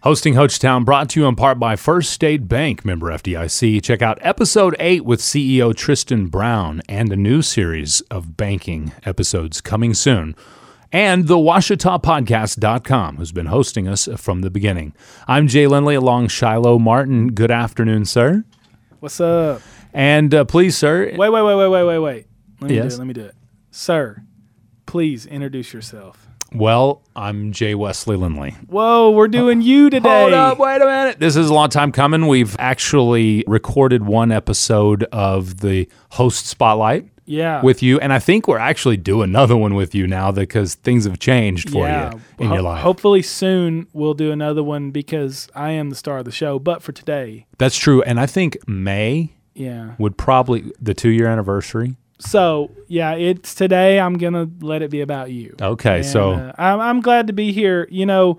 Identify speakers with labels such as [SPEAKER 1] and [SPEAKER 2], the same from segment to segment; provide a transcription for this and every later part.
[SPEAKER 1] Hosting Hoachtown brought to you in part by First State Bank, member FDIC. Check out episode 8 with CEO Tristan Brown and a new series of banking episodes coming soon. And the WashitaPodcast.com, who's been hosting us from the beginning. I'm Jay Lindley along Shiloh Martin. Good afternoon, sir.
[SPEAKER 2] What's up?
[SPEAKER 1] And please, sir.
[SPEAKER 2] Wait. Let me do it. Sir, please introduce yourself.
[SPEAKER 1] Well, I'm Jay Wesley Lindley.
[SPEAKER 2] Whoa, we're doing you today.
[SPEAKER 1] Hold up, wait a minute. This is a long time coming. We've actually recorded one episode of the Host Spotlight with you, and I think we're actually doing another one with you now because things have changed for you in your life.
[SPEAKER 2] Hopefully soon we'll do another one because I am the star of the show, but for today.
[SPEAKER 1] That's true, and I think May would probably, the 2-year anniversary.
[SPEAKER 2] So, it's today. I'm going to let it be about you.
[SPEAKER 1] Okay,
[SPEAKER 2] and,
[SPEAKER 1] so.
[SPEAKER 2] I'm glad to be here. You know,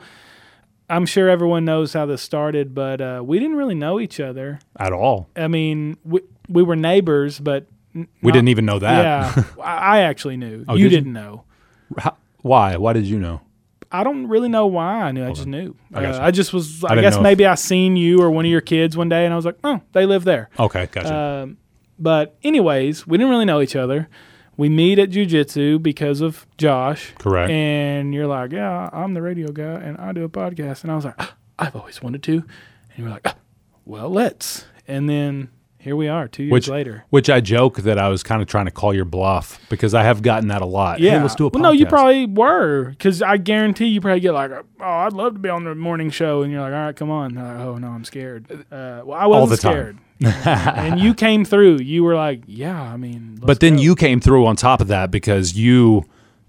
[SPEAKER 2] I'm sure everyone knows how this started, but we didn't really know each other.
[SPEAKER 1] At all.
[SPEAKER 2] I mean, we were neighbors, but.
[SPEAKER 1] We didn't even know that.
[SPEAKER 2] Yeah, I actually knew.
[SPEAKER 1] Oh,
[SPEAKER 2] you didn't know.
[SPEAKER 1] Why? Why did you know?
[SPEAKER 2] I don't really know why I knew. I just knew.
[SPEAKER 1] I
[SPEAKER 2] just was, I guess maybe I seen you or one of your kids one day, and I was like, oh, they live there.
[SPEAKER 1] Okay, gotcha.
[SPEAKER 2] But anyways, we didn't really know each other. We meet at jiu-jitsu because of Josh.
[SPEAKER 1] Correct.
[SPEAKER 2] And you're like, yeah, I'm the radio guy, and I do a podcast. And I was like, I've always wanted to. And you were like, well, let's. And then here we are 2 years later.
[SPEAKER 1] Which I joke that I was kind of trying to call your bluff because I have gotten that a lot.
[SPEAKER 2] Yeah.
[SPEAKER 1] Hey, let's do a podcast.
[SPEAKER 2] Well, no, you probably were because I guarantee you probably get like, oh, I'd love to be on the morning show. And you're like, all right, come on. Like, oh, no, I'm scared. Well, I wasn't scared. And you came through. You were like, yeah, I mean.
[SPEAKER 1] But then you came through on top of that because you've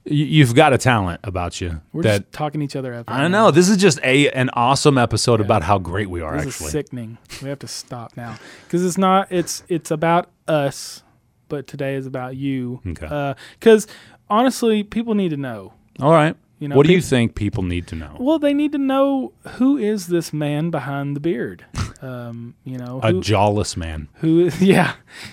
[SPEAKER 1] got a talent about you.
[SPEAKER 2] We're just talking each other up.
[SPEAKER 1] I know. This is just an awesome episode about how great we are,
[SPEAKER 2] this
[SPEAKER 1] actually.
[SPEAKER 2] Is sickening. We have to stop now because it's not. It's about us, but today is about you.
[SPEAKER 1] Okay.
[SPEAKER 2] Because honestly, people need to know.
[SPEAKER 1] All right.
[SPEAKER 2] You know,
[SPEAKER 1] what do you think people need to know?
[SPEAKER 2] Well, they need to know who is this man behind the beard.
[SPEAKER 1] A jawless man.
[SPEAKER 2] Who? Yeah.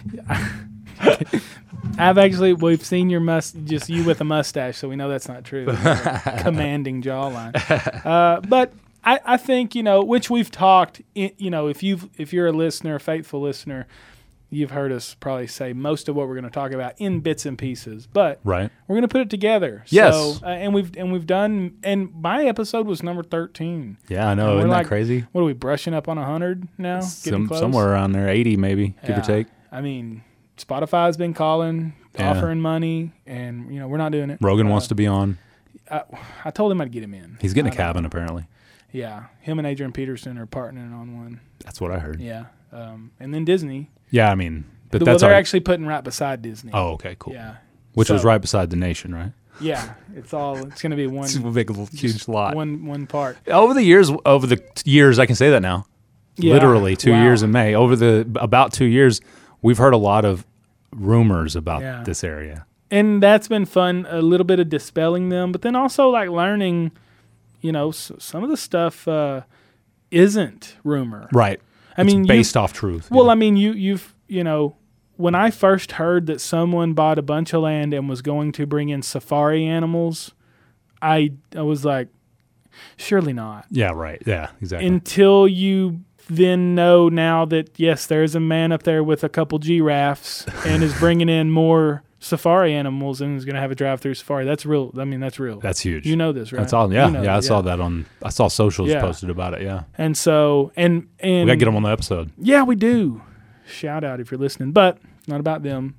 [SPEAKER 2] We've seen your just you with a mustache, so we know that's not true. Commanding jawline. But I think, which we've talked, if you're a listener, a faithful listener, you've heard us probably say most of what we're going to talk about in bits and pieces, but we're going to put it together.
[SPEAKER 1] Yes.
[SPEAKER 2] So, and we've done, and my episode was number 13.
[SPEAKER 1] Yeah, I know. Isn't that crazy?
[SPEAKER 2] What are we brushing up on 100 now? Getting close?
[SPEAKER 1] Somewhere around there, 80 maybe, give or take.
[SPEAKER 2] I mean, Spotify's been calling, offering money, and we're not doing it.
[SPEAKER 1] Rogan wants to be on.
[SPEAKER 2] I told him I'd get him in.
[SPEAKER 1] He's getting a cabin apparently.
[SPEAKER 2] Yeah, him and Adrian Peterson are partnering on one.
[SPEAKER 1] That's what I heard.
[SPEAKER 2] Yeah, and then Disney.
[SPEAKER 1] Yeah, I mean, but
[SPEAKER 2] they're actually putting right beside Disney.
[SPEAKER 1] Oh, okay, cool.
[SPEAKER 2] Yeah,
[SPEAKER 1] which was right beside the Nation, right?
[SPEAKER 2] Yeah, it's going to be one.
[SPEAKER 1] It's a big, huge lot.
[SPEAKER 2] One part.
[SPEAKER 1] Over the years, I can say that now. Yeah. Literally 2 years in May. About 2 years, we've heard a lot of rumors about this area,
[SPEAKER 2] and that's been fun. A little bit of dispelling them, but then also like learning. Some of the stuff isn't rumor.
[SPEAKER 1] Right.
[SPEAKER 2] I mean,
[SPEAKER 1] based off truth.
[SPEAKER 2] Well, I mean, you've when I first heard that someone bought a bunch of land and was going to bring in safari animals, I was like, surely not.
[SPEAKER 1] Yeah, right. Yeah, exactly.
[SPEAKER 2] Until you then know now that, yes, there's a man up there with a couple giraffes and is bringing in more safari animals and is going to have a drive-through safari. That's real. I mean, that's real.
[SPEAKER 1] That's huge.
[SPEAKER 2] You know this, right?
[SPEAKER 1] That's all. Yeah, I saw that I saw socials posted about it. Yeah.
[SPEAKER 2] And so, and we
[SPEAKER 1] got to get them on the episode.
[SPEAKER 2] Yeah, we do. Shout out if you're listening, but not about them.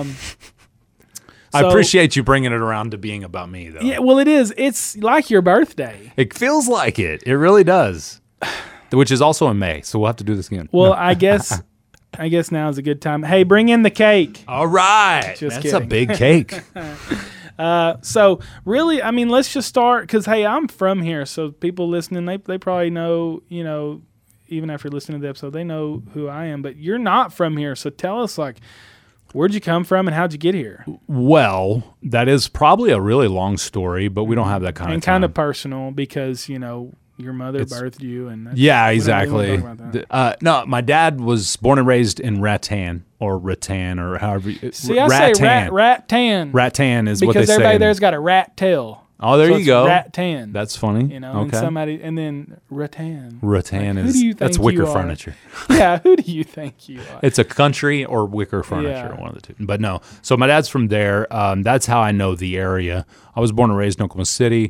[SPEAKER 1] I appreciate you bringing it around to being about me, though.
[SPEAKER 2] Yeah, well, it is. It's like your birthday.
[SPEAKER 1] It feels like it. It really does. Which is also in May, so we'll have to do this again.
[SPEAKER 2] Well, I guess now is a good time. Hey, bring in the cake.
[SPEAKER 1] All right. That's kidding. A big cake.
[SPEAKER 2] So really, I mean, let's just start because, hey, I'm from here, so people listening, they probably know, even after listening to the episode, they know who I am. But you're not from here, so tell us, like, where'd you come from and how'd you get here?
[SPEAKER 1] Well, that is probably a really long story, but we don't have that kind of time.
[SPEAKER 2] And kind of personal because, your mother birthed you. And
[SPEAKER 1] exactly. No, my dad was born and raised in Rattan or however.
[SPEAKER 2] See, I say Rattan.
[SPEAKER 1] Rattan is what they say.
[SPEAKER 2] Because everybody there's got a rat tail.
[SPEAKER 1] Oh, there
[SPEAKER 2] So
[SPEAKER 1] you
[SPEAKER 2] it's
[SPEAKER 1] go.
[SPEAKER 2] rattan.
[SPEAKER 1] That's funny.
[SPEAKER 2] You know,
[SPEAKER 1] okay.
[SPEAKER 2] and then rattan.
[SPEAKER 1] Rattan
[SPEAKER 2] Who
[SPEAKER 1] is
[SPEAKER 2] do you
[SPEAKER 1] that's
[SPEAKER 2] think
[SPEAKER 1] wicker
[SPEAKER 2] you are?
[SPEAKER 1] furniture.
[SPEAKER 2] Yeah, who do you think you are?
[SPEAKER 1] It's a country or wicker furniture,
[SPEAKER 2] Yeah.
[SPEAKER 1] one of the two. But no. So my dad's from there. That's how I know the area. I was born and raised in Oklahoma City.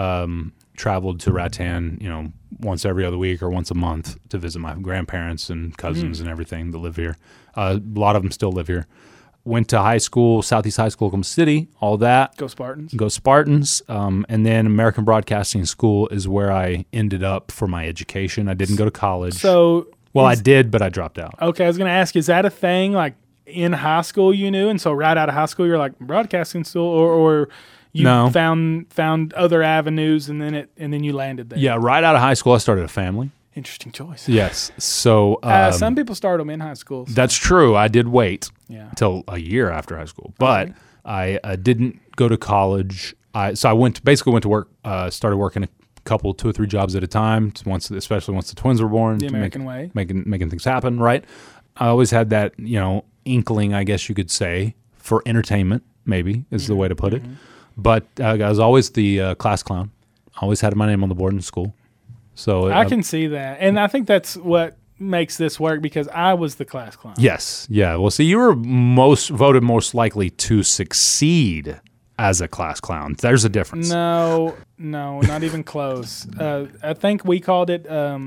[SPEAKER 1] Traveled to Rattan, once every other week or once a month to visit my grandparents and cousins and everything that live here. A lot of them still live here. Went to high school, Southeast High School, Oklahoma City, all that.
[SPEAKER 2] Go Spartans.
[SPEAKER 1] Go Spartans. And then American Broadcasting School is where I ended up for my education. I didn't go to college.
[SPEAKER 2] So,
[SPEAKER 1] I did, but I dropped out.
[SPEAKER 2] okay, I was going to ask, is that a thing like in high school you knew? And so right out of high school, you're like broadcasting school or you
[SPEAKER 1] No.
[SPEAKER 2] found other avenues and then you landed there?
[SPEAKER 1] Yeah, right out of high school, I started a family.
[SPEAKER 2] Interesting choice.
[SPEAKER 1] Yes. So
[SPEAKER 2] Some people start them in high school. So,
[SPEAKER 1] that's true. I did wait
[SPEAKER 2] yeah.
[SPEAKER 1] till a year after high school, but I didn't go to college. So I went to work. Started working 2 or 3 jobs at a time. Especially once the twins were born.
[SPEAKER 2] The
[SPEAKER 1] to
[SPEAKER 2] American way.
[SPEAKER 1] making things happen. Right. I always had that inkling, I guess you could say, for entertainment. Maybe is the way to put it. But I was always the class clown. Always had my name on the board in school. So
[SPEAKER 2] I can see that. And I think that's what makes this work because I was the class clown.
[SPEAKER 1] Yes. Yeah. Well, see, you were voted most likely to succeed as a class clown. There's a difference.
[SPEAKER 2] No, not even close. I think we called it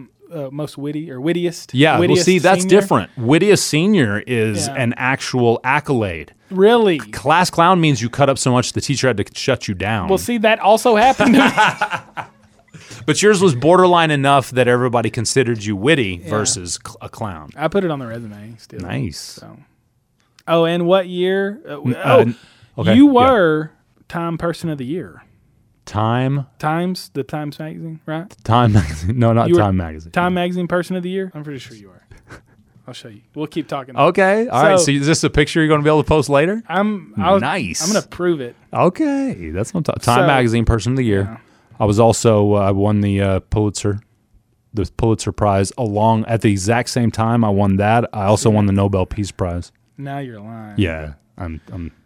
[SPEAKER 2] most witty or wittiest.
[SPEAKER 1] Yeah. Well,
[SPEAKER 2] Wittiest
[SPEAKER 1] see, that's
[SPEAKER 2] senior.
[SPEAKER 1] different. Wittiest senior is
[SPEAKER 2] Yeah.
[SPEAKER 1] an actual accolade.
[SPEAKER 2] Really?
[SPEAKER 1] Class clown means you cut up so much the teacher had to shut you down.
[SPEAKER 2] Well, see, that also happened to me.
[SPEAKER 1] But yours was borderline enough that everybody considered you witty versus a clown.
[SPEAKER 2] I put it on the resume still.
[SPEAKER 1] Nice.
[SPEAKER 2] So. Oh, and what year?
[SPEAKER 1] Okay,
[SPEAKER 2] You
[SPEAKER 1] yeah.
[SPEAKER 2] were Time Person of the Year.
[SPEAKER 1] Time
[SPEAKER 2] The Times magazine, right?
[SPEAKER 1] magazine. No, not
[SPEAKER 2] You were
[SPEAKER 1] Time magazine.
[SPEAKER 2] Time Magazine Person of the Year? I'm pretty sure you are. I'll show you. We'll keep talking.
[SPEAKER 1] Okay. All right.
[SPEAKER 2] So-
[SPEAKER 1] So is this a picture you're going to be able to post later?
[SPEAKER 2] Nice. I'm going to prove it.
[SPEAKER 1] Okay. That's what I'm talking. Time
[SPEAKER 2] So-
[SPEAKER 1] magazine Person of the Year.
[SPEAKER 2] Yeah.
[SPEAKER 1] I was also I won the Pulitzer Prize at the exact same time I won that. I also won the Nobel Peace Prize.
[SPEAKER 2] Now you're lying.
[SPEAKER 1] Yeah, I'm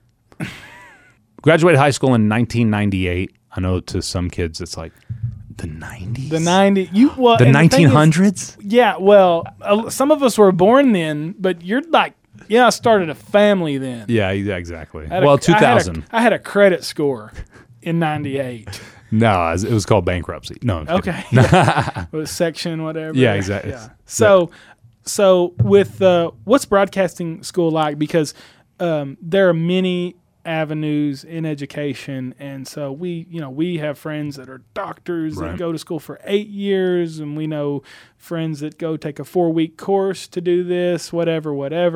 [SPEAKER 1] graduated high school in 1998. I know to some kids it's like the 90s.
[SPEAKER 2] The 90s. The
[SPEAKER 1] The
[SPEAKER 2] and thing is-
[SPEAKER 1] 1900s?
[SPEAKER 2] Yeah, well, some of us were born then, but you're like, I started a family then.
[SPEAKER 1] Yeah, exactly.
[SPEAKER 2] I had a-
[SPEAKER 1] Well, 2000.
[SPEAKER 2] I had a credit score in 98.
[SPEAKER 1] No, it was called bankruptcy. No. I'm kidding.
[SPEAKER 2] Okay. It was section whatever.
[SPEAKER 1] Yeah, exactly.
[SPEAKER 2] Yeah. So with what's broadcasting school like? Because there are many avenues in education, and so we have friends that are doctors
[SPEAKER 1] Right.
[SPEAKER 2] that go to school for 8 years, and we know friends that go take a 4-week course to do this, whatever.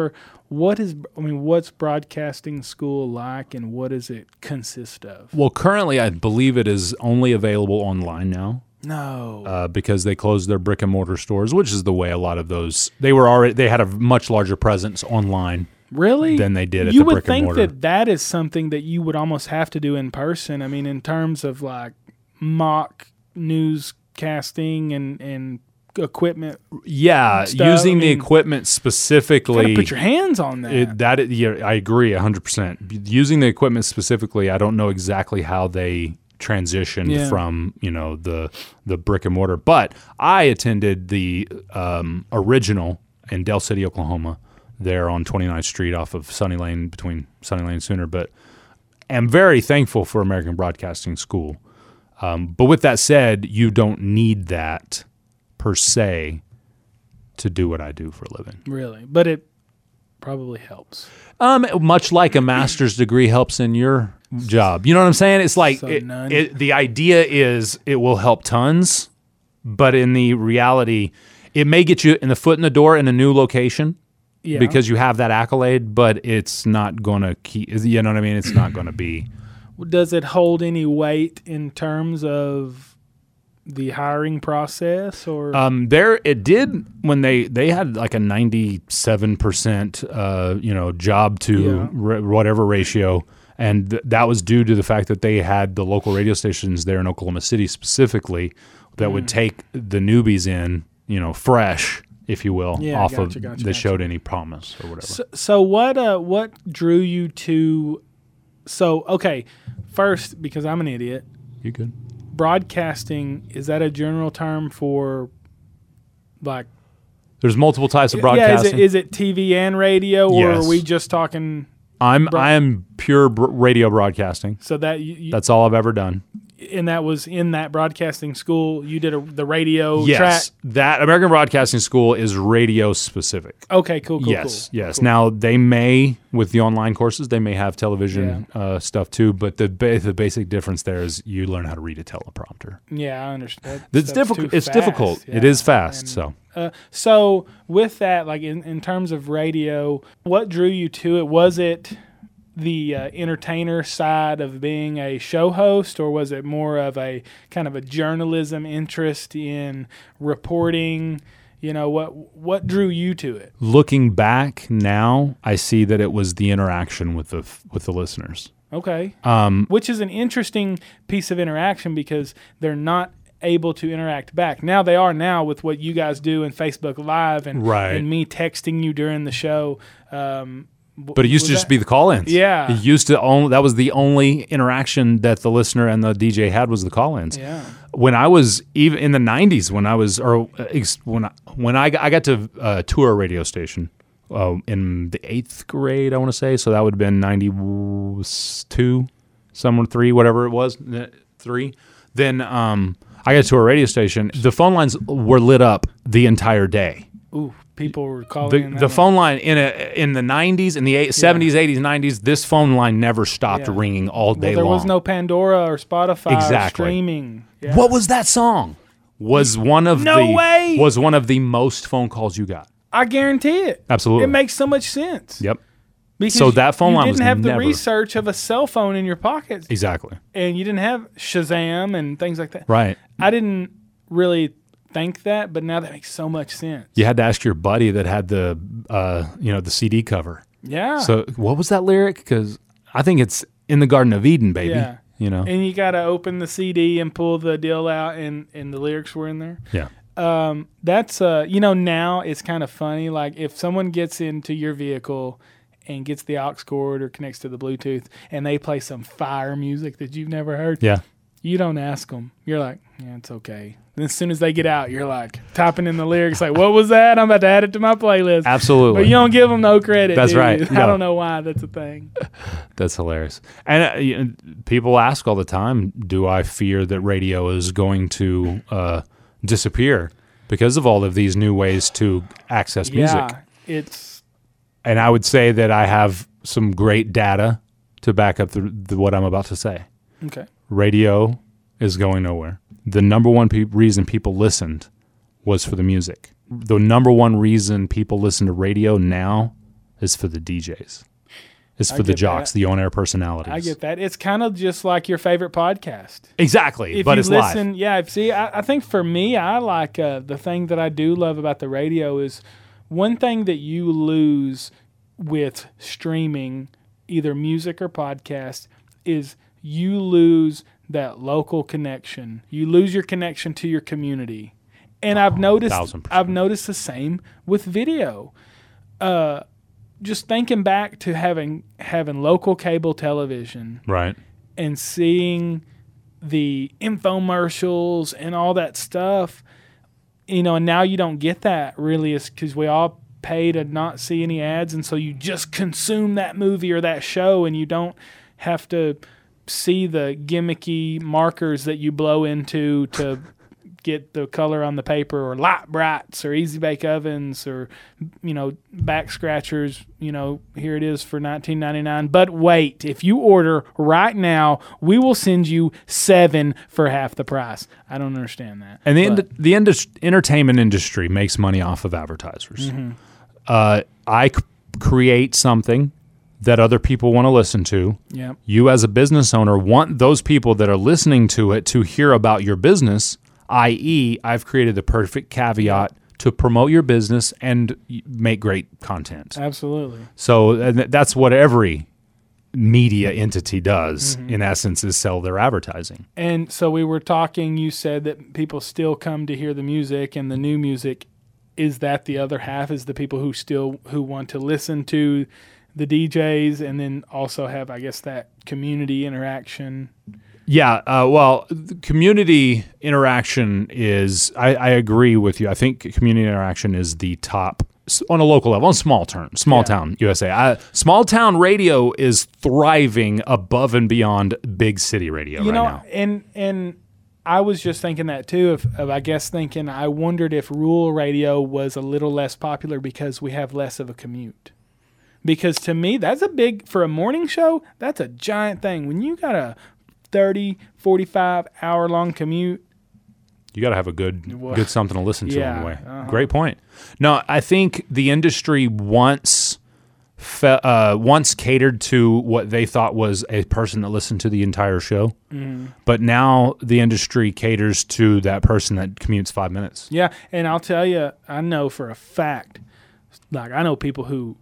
[SPEAKER 2] What's broadcasting school like, and what does it consist of?
[SPEAKER 1] Well, currently I believe it is only available online now.
[SPEAKER 2] No.
[SPEAKER 1] Because they closed their brick and mortar stores, which is the way a lot of those they had a much larger presence online
[SPEAKER 2] Really?
[SPEAKER 1] than they did at
[SPEAKER 2] you
[SPEAKER 1] the
[SPEAKER 2] would
[SPEAKER 1] brick and
[SPEAKER 2] think
[SPEAKER 1] mortar.
[SPEAKER 2] that is something that you would almost have to do in person. I mean, in terms of like mock newscasting and equipment.
[SPEAKER 1] Yeah,
[SPEAKER 2] stuff.
[SPEAKER 1] using the
[SPEAKER 2] I mean,
[SPEAKER 1] equipment
[SPEAKER 2] Gotta
[SPEAKER 1] specifically.
[SPEAKER 2] put your hands on that.
[SPEAKER 1] I agree 100%. Using the equipment specifically, I don't know exactly how they transitioned from the brick and mortar, but I attended the original in Del City, Oklahoma, there on 29th Street off of Sunny Lane, between Sunny Lane and Sooner. But am very thankful for American Broadcasting School. But with that said, you don't need that per se to do what I do for a living.
[SPEAKER 2] Really. But it probably helps.
[SPEAKER 1] Much like a master's degree helps in your job. You know what I'm saying? It's like
[SPEAKER 2] So none.
[SPEAKER 1] the idea is it will help tons, but in the reality, it may get you in the foot in the door in a new location
[SPEAKER 2] Yeah.
[SPEAKER 1] because you have that accolade, but it's not going to keep, you know what I mean? It's not going to be.
[SPEAKER 2] Does it hold any weight in terms of the hiring process or
[SPEAKER 1] It did when they had like a 97% job to whatever ratio, and that was due to the fact that they had the local radio stations there in Oklahoma City specifically that would take the newbies in fresh, if you will, off that showed any promise or whatever.
[SPEAKER 2] So what drew you to? So okay, first, because I'm an idiot,
[SPEAKER 1] You good?
[SPEAKER 2] Broadcasting, is that a general term for like?
[SPEAKER 1] There's multiple types of broadcasting.
[SPEAKER 2] Yeah, is it TV and radio, or
[SPEAKER 1] Yes.
[SPEAKER 2] are we just talking?
[SPEAKER 1] I am pure radio broadcasting.
[SPEAKER 2] So that
[SPEAKER 1] That's all I've ever done.
[SPEAKER 2] and that was in that broadcasting school. You did the radio
[SPEAKER 1] Yes,
[SPEAKER 2] track.
[SPEAKER 1] that American Broadcasting School is radio specific.
[SPEAKER 2] Okay, cool.
[SPEAKER 1] Yes.
[SPEAKER 2] Cool.
[SPEAKER 1] Now they may, with the online courses, they may have television stuff too. But the basic difference there is you learn how to read a teleprompter.
[SPEAKER 2] Yeah, I understand.
[SPEAKER 1] It's difficult. It's difficult.
[SPEAKER 2] Yeah.
[SPEAKER 1] It is fast.
[SPEAKER 2] So with that, like in terms of radio, what drew you to it? Was it the entertainer side of being a show host, or was it more of a kind of a journalism interest in reporting? You know, what drew you to it?
[SPEAKER 1] Looking back now, I see that it was the interaction with the listeners.
[SPEAKER 2] Okay. Which is an interesting piece of interaction because they're not able to interact back. Now they are now with what you guys do in Facebook Live and me texting you during the show.
[SPEAKER 1] But it used to just be the call-ins.
[SPEAKER 2] Yeah.
[SPEAKER 1] It used to that was the only interaction that the listener and the DJ had was the call-ins.
[SPEAKER 2] Yeah.
[SPEAKER 1] When I was even in the 90s, when I got to tour a radio station in the 8th grade, I want to say. So that would have been 92, somewhere 3, whatever it was, 3. Then I got to a radio station. The phone lines were lit up the entire day.
[SPEAKER 2] Ooh, people were calling.
[SPEAKER 1] The phone line in the 90s, in the 70s, 80s, 90s, this phone line never stopped ringing all day
[SPEAKER 2] long. There
[SPEAKER 1] long.
[SPEAKER 2] was no Pandora or Spotify or streaming. Yeah.
[SPEAKER 1] What was that song? Was one of the most phone calls you got.
[SPEAKER 2] I guarantee it.
[SPEAKER 1] Absolutely.
[SPEAKER 2] It makes so much sense.
[SPEAKER 1] Yep.
[SPEAKER 2] Because
[SPEAKER 1] so that phone line was
[SPEAKER 2] you didn't have
[SPEAKER 1] never
[SPEAKER 2] the research of a cell phone in your pocket.
[SPEAKER 1] Exactly.
[SPEAKER 2] And you didn't have Shazam and things like that.
[SPEAKER 1] Right.
[SPEAKER 2] I didn't really think that, but now that makes so much sense.
[SPEAKER 1] You had to ask your buddy that had the the CD cover.
[SPEAKER 2] Yeah.
[SPEAKER 1] So what was that lyric? Because I think it's In the Garden of Eden, baby.
[SPEAKER 2] Yeah. And you got to open the CD and pull the deal out, and the lyrics were in there.
[SPEAKER 1] Yeah.
[SPEAKER 2] That's now it's kind of funny. Like if someone gets into your vehicle and gets the aux cord or connects to the Bluetooth, and they play some fire music that you've never heard.
[SPEAKER 1] Yeah.
[SPEAKER 2] You don't ask them. You're like, yeah, it's okay. And as soon as they get out, you're like typing in the lyrics, like, what was that? I'm about to add it to my playlist.
[SPEAKER 1] Absolutely.
[SPEAKER 2] But you don't give them no credit.
[SPEAKER 1] That's right.
[SPEAKER 2] I don't know why that's a thing.
[SPEAKER 1] That's hilarious. And people ask all the time, do I fear that radio is going to disappear because of all of these new ways to access music?
[SPEAKER 2] Yeah,
[SPEAKER 1] And I would say that I have some great data to back up what I'm about to say.
[SPEAKER 2] Okay.
[SPEAKER 1] Radio is going nowhere. The number one reason people listened was for the music. The number one reason people listen to radio now is for the DJs. It's for the jocks, the on-air personalities.
[SPEAKER 2] I get that. It's kind of just like your favorite podcast.
[SPEAKER 1] Exactly, but it's live.
[SPEAKER 2] Yeah, see, I think for me, I like the thing that I do love about the radio is one thing that you lose with streaming, either music or podcast, is you lose that local connection. You lose your connection to your community. And I've noticed
[SPEAKER 1] 1,000%.
[SPEAKER 2] the same with video. Just thinking back to having local cable television.
[SPEAKER 1] Right.
[SPEAKER 2] And seeing the infomercials and all that stuff, and now you don't get that really, is because we all pay to not see any ads, and so you just consume that movie or that show, and you don't have to see the gimmicky markers that you blow into to get the color on the paper, or light brights or easy bake ovens, or back scratchers. Here it is for $19.99. But wait, if you order right now, we will send you 7 for half the price. I don't understand that.
[SPEAKER 1] And the entertainment industry makes money off of advertisers.
[SPEAKER 2] Mm-hmm.
[SPEAKER 1] I create something that other people want to listen to.
[SPEAKER 2] Yep.
[SPEAKER 1] You as a business owner want those people that are listening to it to hear about your business, i.e. I've created the perfect caveat to promote your business and make great content.
[SPEAKER 2] Absolutely.
[SPEAKER 1] So that's what every media entity does, in essence, is sell their advertising.
[SPEAKER 2] And so we were talking, you said that people still come to hear the music and the new music. Is that the other half, is the people who want to listen to the DJs and then also have, I guess, that community interaction?
[SPEAKER 1] Yeah, well, the community interaction is, I agree with you. I think community interaction is the top on a local level, on small town USA. Small town radio is thriving above and beyond big city radio now.
[SPEAKER 2] And I was just thinking that too, I wondered if rural radio was a little less popular because we have less of a commute. Because to me, that's for a morning show, that's a giant thing. When you got a 30, 45 hour long commute,
[SPEAKER 1] you got to have a good something to listen to anyway. Great point. No, I think the industry once catered to what they thought was a person that listened to the entire show. Mm-hmm. But now the industry caters to that person that commutes 5 minutes.
[SPEAKER 2] Yeah, and I'll tell you, I know for a fact, like I know of people who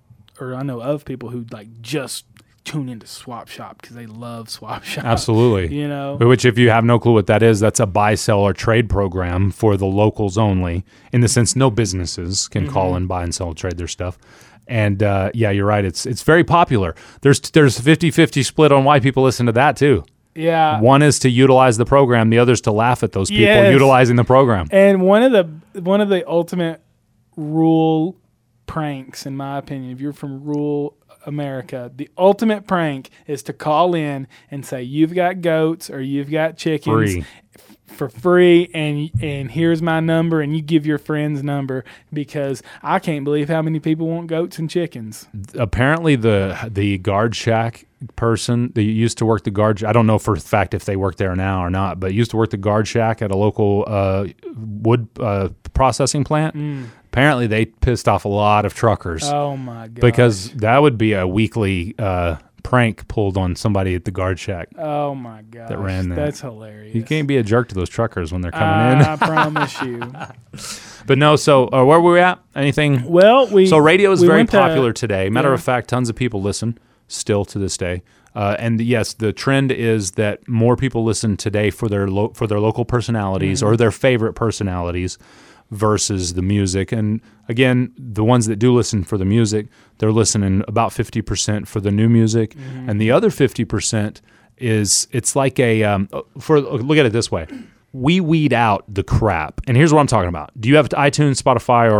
[SPEAKER 2] like just tune into Swap Shop because they love Swap Shop.
[SPEAKER 1] Absolutely.
[SPEAKER 2] You know?
[SPEAKER 1] Which, if you have no clue what that is, that's a buy, sell, or trade program for the locals only, in the sense no businesses can call and buy and sell, trade their stuff. And yeah, you're right. It's very popular. There's 50-50 split on why people listen to that too.
[SPEAKER 2] Yeah.
[SPEAKER 1] One is to utilize the program. The other is to laugh at those people utilizing the program.
[SPEAKER 2] And one of the ultimate rural pranks, in my opinion, if you're from rural America, the ultimate prank is to call in and say you've got goats or you've got chickens for free, and here's my number, and you give your friend's number, because I can't believe how many people want goats and chickens.
[SPEAKER 1] Apparently the guard shack person that used to work the guard, I don't know for a fact if they work there now or not, but used to work the guard shack at a local wood processing plant. Apparently they pissed off a lot of truckers.
[SPEAKER 2] Oh my god!
[SPEAKER 1] Because that would be a weekly prank pulled on somebody at the guard shack.
[SPEAKER 2] Oh my god!
[SPEAKER 1] That ran that.
[SPEAKER 2] That's hilarious.
[SPEAKER 1] You can't be a jerk to those truckers when they're coming in.
[SPEAKER 2] I promise you.
[SPEAKER 1] But no, so where were we at? Anything?
[SPEAKER 2] Well,
[SPEAKER 1] so radio is very popular today. Matter of fact, tons of people listen still to this day. And yes, the trend is that more people listen today for their local personalities or their favorite personalities versus the music. And again, the ones that do listen for the music, they're listening about 50% for the new music, and the other 50% it's like look at it this way. We weed out the crap. And here's what I'm talking about. Do you have iTunes, Spotify,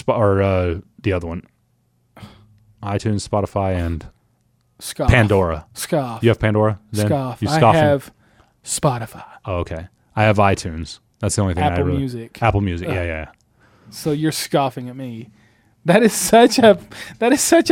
[SPEAKER 1] or the other one? iTunes, Spotify, and
[SPEAKER 2] Scoff.
[SPEAKER 1] Pandora.
[SPEAKER 2] Scoff.
[SPEAKER 1] You have Pandora? Then?
[SPEAKER 2] Scoff.
[SPEAKER 1] You
[SPEAKER 2] I have Spotify.
[SPEAKER 1] Oh, okay. I have iTunes. That's the only thing
[SPEAKER 2] Apple Music.
[SPEAKER 1] Apple Music. Yeah.
[SPEAKER 2] So you're scoffing at me. That is such a thing. That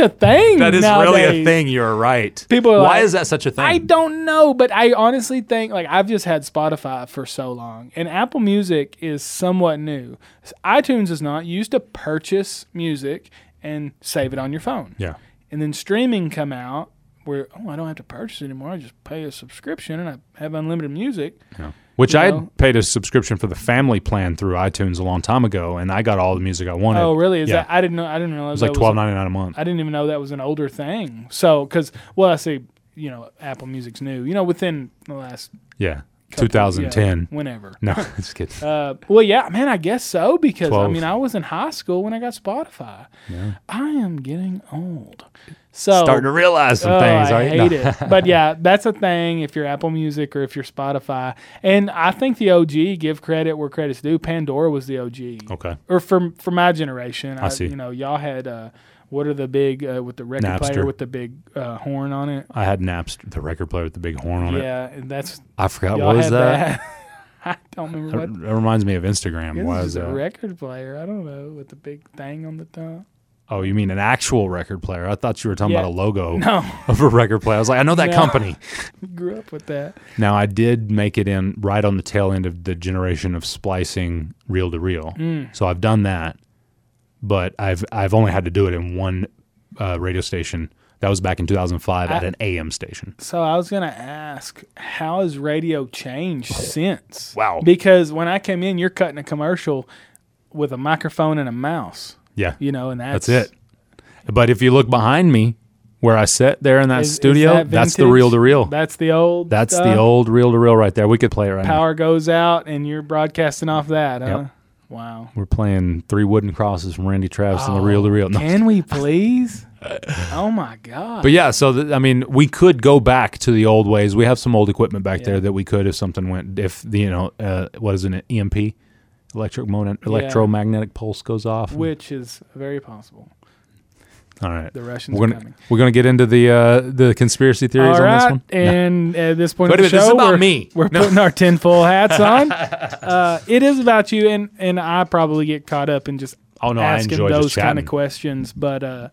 [SPEAKER 2] is
[SPEAKER 1] nowadays.
[SPEAKER 2] Really
[SPEAKER 1] a thing. You're right.
[SPEAKER 2] People are
[SPEAKER 1] Why is that such a thing?
[SPEAKER 2] I don't know, but I honestly think, like, I've just had Spotify for so long, and Apple Music is somewhat new. iTunes is not. You used to purchase music and save it on your phone.
[SPEAKER 1] Yeah.
[SPEAKER 2] And then streaming come out where, I don't have to purchase it anymore. I just pay a subscription and I have unlimited music.
[SPEAKER 1] Yeah. Which I had paid a subscription for the family plan through iTunes a long time ago, and I got all the music I wanted.
[SPEAKER 2] Oh, really? That I didn't know. I didn't realize
[SPEAKER 1] it was like $12.99 a month.
[SPEAKER 2] I didn't even know that was an older thing. So, because I say, Apple Music's new. Within the last
[SPEAKER 1] 2010.
[SPEAKER 2] Whenever.
[SPEAKER 1] No, just kidding.
[SPEAKER 2] Well, yeah, man, I guess so, because
[SPEAKER 1] 12.
[SPEAKER 2] I was in high school when I got Spotify.
[SPEAKER 1] Yeah.
[SPEAKER 2] I am getting old. So
[SPEAKER 1] starting to realize some things.
[SPEAKER 2] I hate it. But yeah, that's a thing if you're Apple Music or if you're Spotify. And I think the OG, give credit where credit's due, Pandora was the OG.
[SPEAKER 1] Okay.
[SPEAKER 2] Or for my generation.
[SPEAKER 1] I see.
[SPEAKER 2] Y'all had, what are the big, with the record
[SPEAKER 1] Napster.
[SPEAKER 2] player with the big horn on it?
[SPEAKER 1] I had Napster, the record player with the big horn on it.
[SPEAKER 2] Yeah, and that's...
[SPEAKER 1] I forgot, what was that?
[SPEAKER 2] I don't remember what...
[SPEAKER 1] That reminds me of Instagram. Why is that?
[SPEAKER 2] A record player, I don't know, with the big thing on the top.
[SPEAKER 1] Oh, you mean an actual record player? I thought you were talking about a logo of a record player. I was like, I know that company.
[SPEAKER 2] Grew up with that.
[SPEAKER 1] Now, I did make it in right on the tail end of the generation of splicing reel-to-reel. So I've done that, but I've only had to do it in one radio station. That was back in 2005 at an AM station.
[SPEAKER 2] So I was going to ask, how has radio changed since?
[SPEAKER 1] Wow.
[SPEAKER 2] Because when I came in, you're cutting a commercial with a microphone and a mouse.
[SPEAKER 1] Yeah.
[SPEAKER 2] And
[SPEAKER 1] that's it. But if you look behind me, where I sit there in that studio, that's the reel-to-reel.
[SPEAKER 2] That's the old
[SPEAKER 1] the old reel-to-reel right there. We could play it right now.
[SPEAKER 2] Power goes out and you're broadcasting off that, huh?
[SPEAKER 1] Yep.
[SPEAKER 2] Wow.
[SPEAKER 1] We're playing 3 Wooden Crosses from Randy Travis and the Reel to Reel. No.
[SPEAKER 2] Can we please? Oh my God.
[SPEAKER 1] But yeah, so I mean, we could go back to the old ways. We have some old equipment back there that we could, if something went, if the what is it, EMP, electromagnetic pulse goes off,
[SPEAKER 2] which is very possible.
[SPEAKER 1] All right,
[SPEAKER 2] the Russians are coming.
[SPEAKER 1] We're gonna get into the conspiracy theories on this one.
[SPEAKER 2] And at this point,
[SPEAKER 1] wait a minute, this is about me.
[SPEAKER 2] We're putting our tinfoil hats on. It is about you, and I probably get caught up in just asking those kind of questions, but.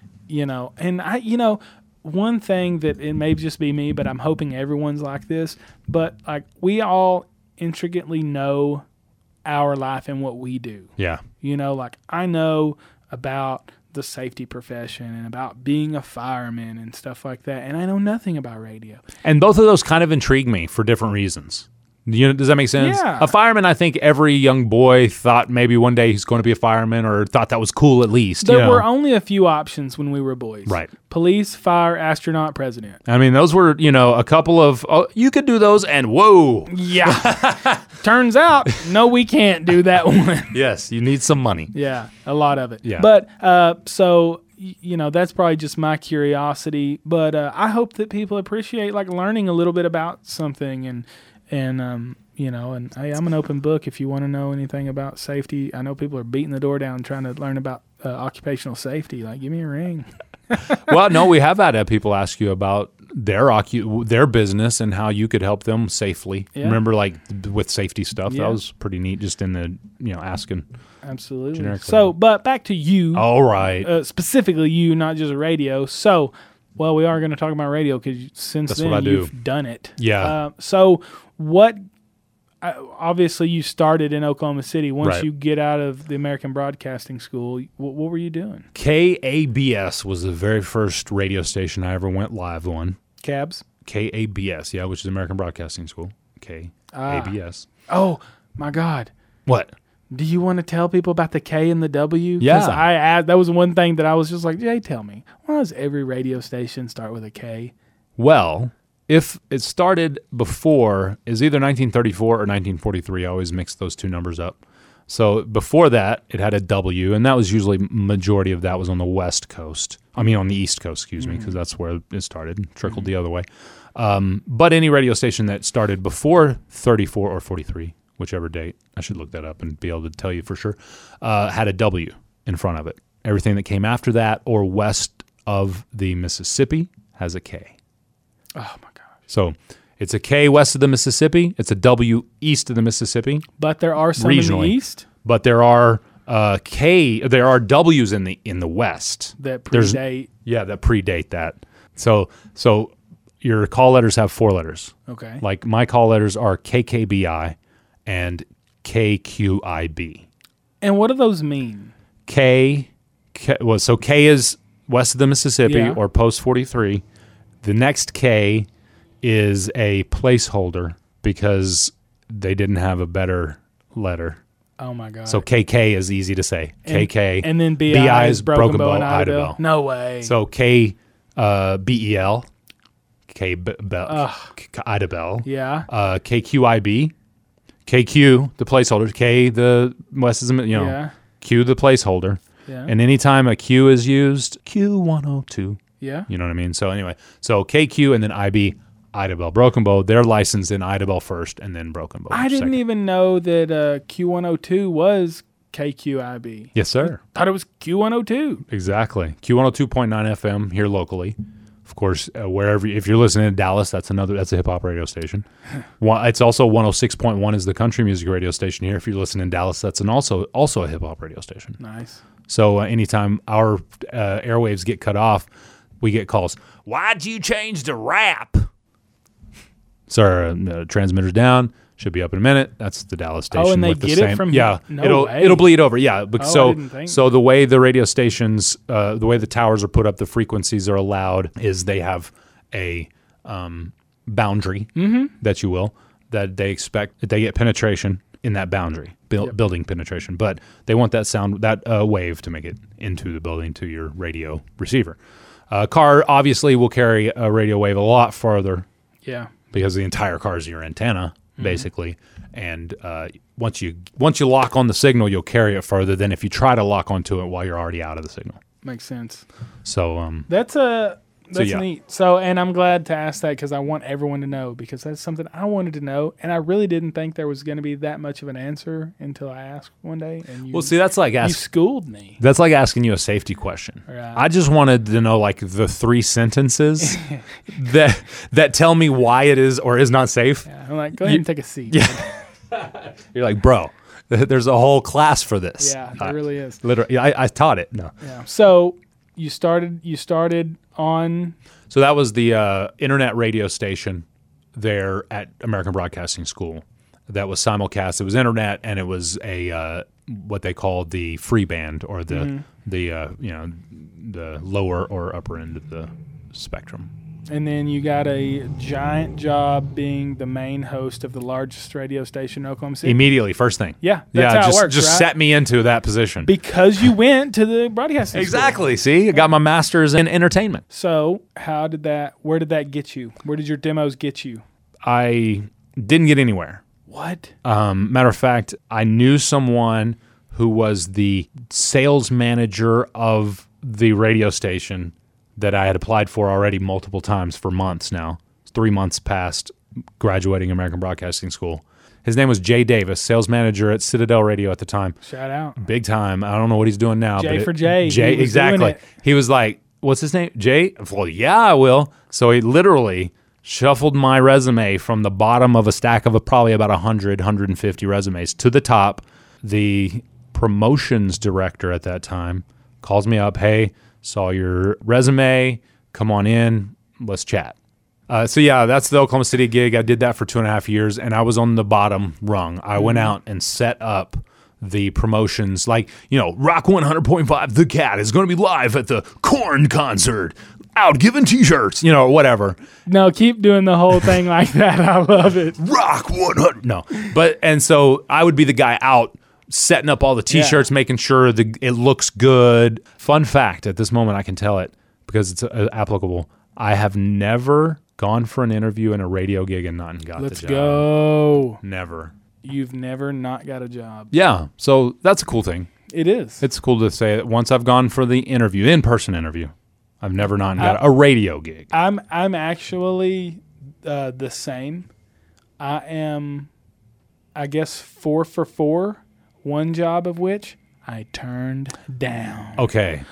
[SPEAKER 2] One thing that it may just be me, but I'm hoping everyone's like this, but like we all intricately know our life and what we do.
[SPEAKER 1] Yeah.
[SPEAKER 2] Like I know about the safety profession and about being a fireman and stuff like that, and I know nothing about radio.
[SPEAKER 1] And both of those kind of intrigue me for different reasons. Does that make sense?
[SPEAKER 2] Yeah.
[SPEAKER 1] A fireman, I think every young boy thought maybe one day he's going to be a fireman, or thought that was cool at least.
[SPEAKER 2] There were only a few options when we were boys.
[SPEAKER 1] Right.
[SPEAKER 2] Police, fire, astronaut, president.
[SPEAKER 1] I mean, those were, a couple of, you could do those, and whoa.
[SPEAKER 2] Yeah. Turns out, no, we can't do that one.
[SPEAKER 1] Yes, you need some money.
[SPEAKER 2] Yeah, a lot of it.
[SPEAKER 1] Yeah.
[SPEAKER 2] But, so... that's probably just my curiosity, but I hope that people appreciate like learning a little bit about something, and hey, I'm an open book if you want to know anything about safety. I know people are beating the door down trying to learn about occupational safety. Like, give me a ring.
[SPEAKER 1] Well, no, we have had people ask you about their business and how you could help them safely. Yeah. Remember, like with safety stuff, that was pretty neat. Just in the asking.
[SPEAKER 2] Absolutely.
[SPEAKER 1] Generically.
[SPEAKER 2] So, but back to you.
[SPEAKER 1] All right.
[SPEAKER 2] Specifically you, not just radio. So, well, we are going to talk about radio because since then you've done it.
[SPEAKER 1] Yeah.
[SPEAKER 2] So, what? Obviously, you started in Oklahoma City. Once you get out of the American Broadcasting School, what were you doing?
[SPEAKER 1] KABS was the very first radio station I ever went live on.
[SPEAKER 2] Cabs?
[SPEAKER 1] KABS, yeah, which is American Broadcasting School. KABS.
[SPEAKER 2] Oh, my God.
[SPEAKER 1] What?
[SPEAKER 2] Do you want to tell people about the K and the W?
[SPEAKER 1] Yeah.
[SPEAKER 2] Because that was one thing that I was just like, Jay, tell me. Why does every radio station start with a K?
[SPEAKER 1] Well, if it started before, is either 1934 or 1943. I always mix those two numbers up. So before that, it had a W, and that was usually majority of that was on the West Coast. I mean, on the East Coast, excuse me, because that's where it started, trickled the other way. But any radio station that started before 34 or 43, whichever date, I should look that up and be able to tell you for sure, had a W in front of it. Everything that came after that or west of the Mississippi has a K.
[SPEAKER 2] Oh, my gosh.
[SPEAKER 1] So it's a K west of the Mississippi. It's a W east of the Mississippi.
[SPEAKER 2] But there are some
[SPEAKER 1] regionally,
[SPEAKER 2] in the east?
[SPEAKER 1] But there are there are W's in the west.
[SPEAKER 2] That predate.
[SPEAKER 1] That predate that. So your call letters have 4 letters.
[SPEAKER 2] Okay.
[SPEAKER 1] Like my call letters are KKBI and KQIB.
[SPEAKER 2] And what do those mean?
[SPEAKER 1] K is west of the Mississippi or post 43. The next K is a placeholder because they didn't have a better letter.
[SPEAKER 2] Oh, my God.
[SPEAKER 1] So KK is easy to say. KK.
[SPEAKER 2] And then BI is Broken Bow and Ida Bell. No way.
[SPEAKER 1] So K BEL. K Ida Bell.
[SPEAKER 2] Yeah.
[SPEAKER 1] KQIB. KQ, the placeholder. K, the west is, Q, the placeholder.
[SPEAKER 2] Yeah.
[SPEAKER 1] And anytime a Q is used, Q102.
[SPEAKER 2] Yeah.
[SPEAKER 1] You know what I mean? So anyway, KQ and then IB, Ida Bell. Broken Bow, they're licensed in Ida Bell first and then Broken Bow
[SPEAKER 2] I didn't even know that Q102 was KQIB.
[SPEAKER 1] Yes, sir.
[SPEAKER 2] I thought it was Q102.
[SPEAKER 1] Exactly. Q102.9 FM here locally. Of course, wherever, if you're listening in Dallas, that's a hip hop radio station. It's also 106.1 is the country music radio station here. If you're listening in Dallas, that's also a hip hop radio station.
[SPEAKER 2] Nice.
[SPEAKER 1] So anytime our airwaves get cut off, we get calls. Why'd you change to rap? Sir, transmitter's down. Should be up in a minute. That's the Dallas station.
[SPEAKER 2] Oh, and they get it from
[SPEAKER 1] here?
[SPEAKER 2] No way.
[SPEAKER 1] It'll bleed over. Yeah.
[SPEAKER 2] So
[SPEAKER 1] the way the radio stations, the way the towers are put up, the frequencies are allowed is they have a boundary, that you will, that they expect that they get penetration in that boundary, building penetration. But they want that sound, that wave to make it into the building to your radio receiver. Car obviously will carry a radio wave a lot farther.
[SPEAKER 2] Yeah.
[SPEAKER 1] Because the entire car is your antenna. basically. And once you lock on the signal, you'll carry it further than if you try to lock onto it while you're already out of the signal.
[SPEAKER 2] Makes sense.
[SPEAKER 1] So
[SPEAKER 2] That's
[SPEAKER 1] yeah.
[SPEAKER 2] neat. So, and I'm glad to ask that because I want everyone to know, because that's something I wanted to know, and I really didn't think there was going to be that much of an answer until I asked one day. And you,
[SPEAKER 1] well, see, that's like
[SPEAKER 2] you schooled me.
[SPEAKER 1] That's like asking you a safety question.
[SPEAKER 2] Right.
[SPEAKER 1] I just wanted to know like the 3 sentences that tell me why it is or is not safe.
[SPEAKER 2] Yeah, I'm like, go ahead and take a seat.
[SPEAKER 1] Yeah. You're like, bro, there's a whole class for this.
[SPEAKER 2] Yeah, there really is.
[SPEAKER 1] Literally, I taught it. No.
[SPEAKER 2] Yeah. So you started on.
[SPEAKER 1] So that was the internet radio station there at American Broadcasting School. That was simulcast. It was internet, and it was a what they called the free band, or the the lower or upper end of the spectrum.
[SPEAKER 2] And then you got a giant job being the main host of the largest radio station in Oklahoma City.
[SPEAKER 1] Immediately, first thing.
[SPEAKER 2] Yeah, that's how
[SPEAKER 1] just,
[SPEAKER 2] it works,
[SPEAKER 1] just
[SPEAKER 2] right?
[SPEAKER 1] set me into that position.
[SPEAKER 2] Because you went to the broadcasting school.
[SPEAKER 1] Exactly. See, I got my master's in entertainment.
[SPEAKER 2] So where did that get you? Where did your demos get you?
[SPEAKER 1] I didn't get anywhere.
[SPEAKER 2] What?
[SPEAKER 1] Matter of fact, I knew someone who was the sales manager of the radio station that I had applied for already multiple times for months now. 3 months past graduating American Broadcasting School. His name was Jay Davis, sales manager at Citadel Radio at the time.
[SPEAKER 2] Shout out.
[SPEAKER 1] Big time. I don't know what he's doing now.
[SPEAKER 2] Jay
[SPEAKER 1] but
[SPEAKER 2] for Jay.
[SPEAKER 1] Jay,
[SPEAKER 2] He was
[SPEAKER 1] exactly.
[SPEAKER 2] doing it.
[SPEAKER 1] He was like, what's his name? Jay? Well, yeah, I will. So he literally shuffled my resume from the bottom of a stack of probably about 100, 150 resumes to the top. The promotions director at that time calls me up, hey, saw your resume, come on in, let's chat. So yeah, that's the Oklahoma City gig. I did that for 2.5 years, and I was on the bottom rung. I went out and set up the promotions, like, Rock 100.5, The Cat is going to be live at the Korn concert, out giving T-shirts, whatever.
[SPEAKER 2] No, keep doing the whole thing like that. I love it.
[SPEAKER 1] Rock 100. No, and so I would be the guy out setting up all the T-shirts, making sure it looks good. Fun fact, at this moment I can tell it because it's applicable. I have never gone for an interview in a radio gig and not got the job.
[SPEAKER 2] Let's go.
[SPEAKER 1] Never.
[SPEAKER 2] You've never not got a job.
[SPEAKER 1] Yeah, so that's a cool thing.
[SPEAKER 2] It is.
[SPEAKER 1] It's cool to say that once I've gone for the interview, in-person interview, I've never not got a radio gig.
[SPEAKER 2] I'm actually the same. I am, I guess, 4 for 4. One job of which I turned down.
[SPEAKER 1] Okay.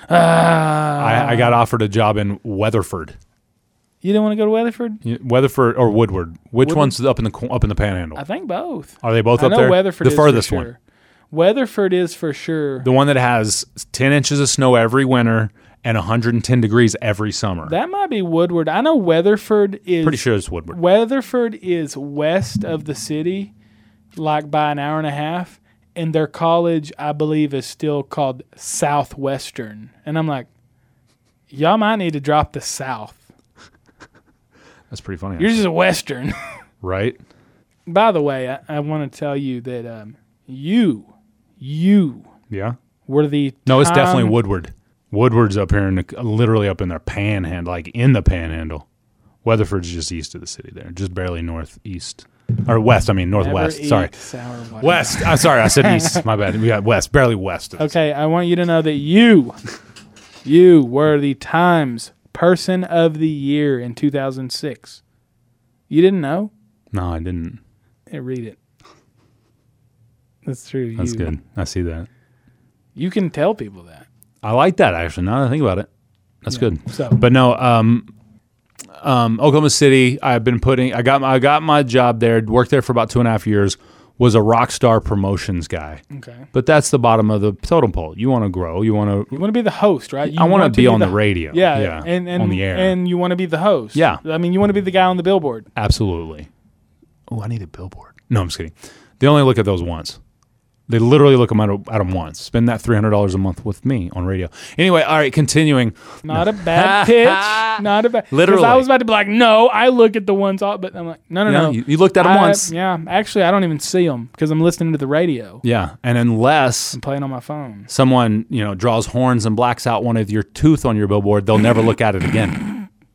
[SPEAKER 1] I got offered a job in Weatherford.
[SPEAKER 2] You didn't want to go to Weatherford?
[SPEAKER 1] Weatherford or Woodward? Which
[SPEAKER 2] Woodward?
[SPEAKER 1] one's up in the Panhandle?
[SPEAKER 2] I think both.
[SPEAKER 1] Are they both
[SPEAKER 2] I
[SPEAKER 1] up
[SPEAKER 2] know
[SPEAKER 1] there?
[SPEAKER 2] Weatherford
[SPEAKER 1] the
[SPEAKER 2] is
[SPEAKER 1] furthest
[SPEAKER 2] for
[SPEAKER 1] one.
[SPEAKER 2] sure. Weatherford is for sure.
[SPEAKER 1] The one that has 10 inches of snow every winter and 110 degrees every summer.
[SPEAKER 2] That might be Woodward. I know Weatherford is...
[SPEAKER 1] Pretty sure it's Woodward.
[SPEAKER 2] Weatherford is west of the city, like by an hour and a half. And their college, I believe, is still called Southwestern. And I'm like, y'all might need to drop the South.
[SPEAKER 1] That's pretty funny.
[SPEAKER 2] Yours is a Western.
[SPEAKER 1] Right?
[SPEAKER 2] By the way, I want to tell you that you
[SPEAKER 1] Yeah?
[SPEAKER 2] were the
[SPEAKER 1] No, it's
[SPEAKER 2] time-
[SPEAKER 1] definitely Woodward. Woodward's up here, literally up in their panhandle, like in the panhandle. Weatherford's just east of the city there, just barely northeast. Or west, northwest.
[SPEAKER 2] Never
[SPEAKER 1] Sorry.
[SPEAKER 2] eat sour white.
[SPEAKER 1] West. I'm sorry, I said east. My bad. We got west, barely west.
[SPEAKER 2] Okay, I want you to know that you were the Times Person of the Year in 2006. You didn't know?
[SPEAKER 1] No, I didn't.
[SPEAKER 2] Hey, read it. That's true.
[SPEAKER 1] That's good. I see that.
[SPEAKER 2] You can tell people that.
[SPEAKER 1] I like that, actually, now that I think about it. That's good.
[SPEAKER 2] So-
[SPEAKER 1] But no, Oklahoma City, I got my job there, worked there for about 2.5 years, was a Rockstar Promotions guy.
[SPEAKER 2] Okay.
[SPEAKER 1] But that's the bottom of the totem pole. You want to grow. You want
[SPEAKER 2] You want to be the host, right?
[SPEAKER 1] I want to be on the radio.
[SPEAKER 2] Yeah, and
[SPEAKER 1] on the air.
[SPEAKER 2] And you want to be the host.
[SPEAKER 1] Yeah.
[SPEAKER 2] I mean, you want to be the guy on the billboard.
[SPEAKER 1] Absolutely. Oh, I need a billboard. No, I'm just kidding. They only look at those once. They literally look at them once. Spend that $300 a month with me on radio. Anyway, all right, continuing.
[SPEAKER 2] Not a bad pitch. Not a bad.
[SPEAKER 1] Literally.
[SPEAKER 2] 'cause I was about to be like, no, I look at the ones, but I'm like, no.
[SPEAKER 1] You looked at them once.
[SPEAKER 2] Yeah, actually, I don't even see them because I'm listening to the radio.
[SPEAKER 1] Yeah, and unless
[SPEAKER 2] I'm playing on my phone.
[SPEAKER 1] someone draws horns and blacks out one of your tooth on your billboard, they'll never look at it again.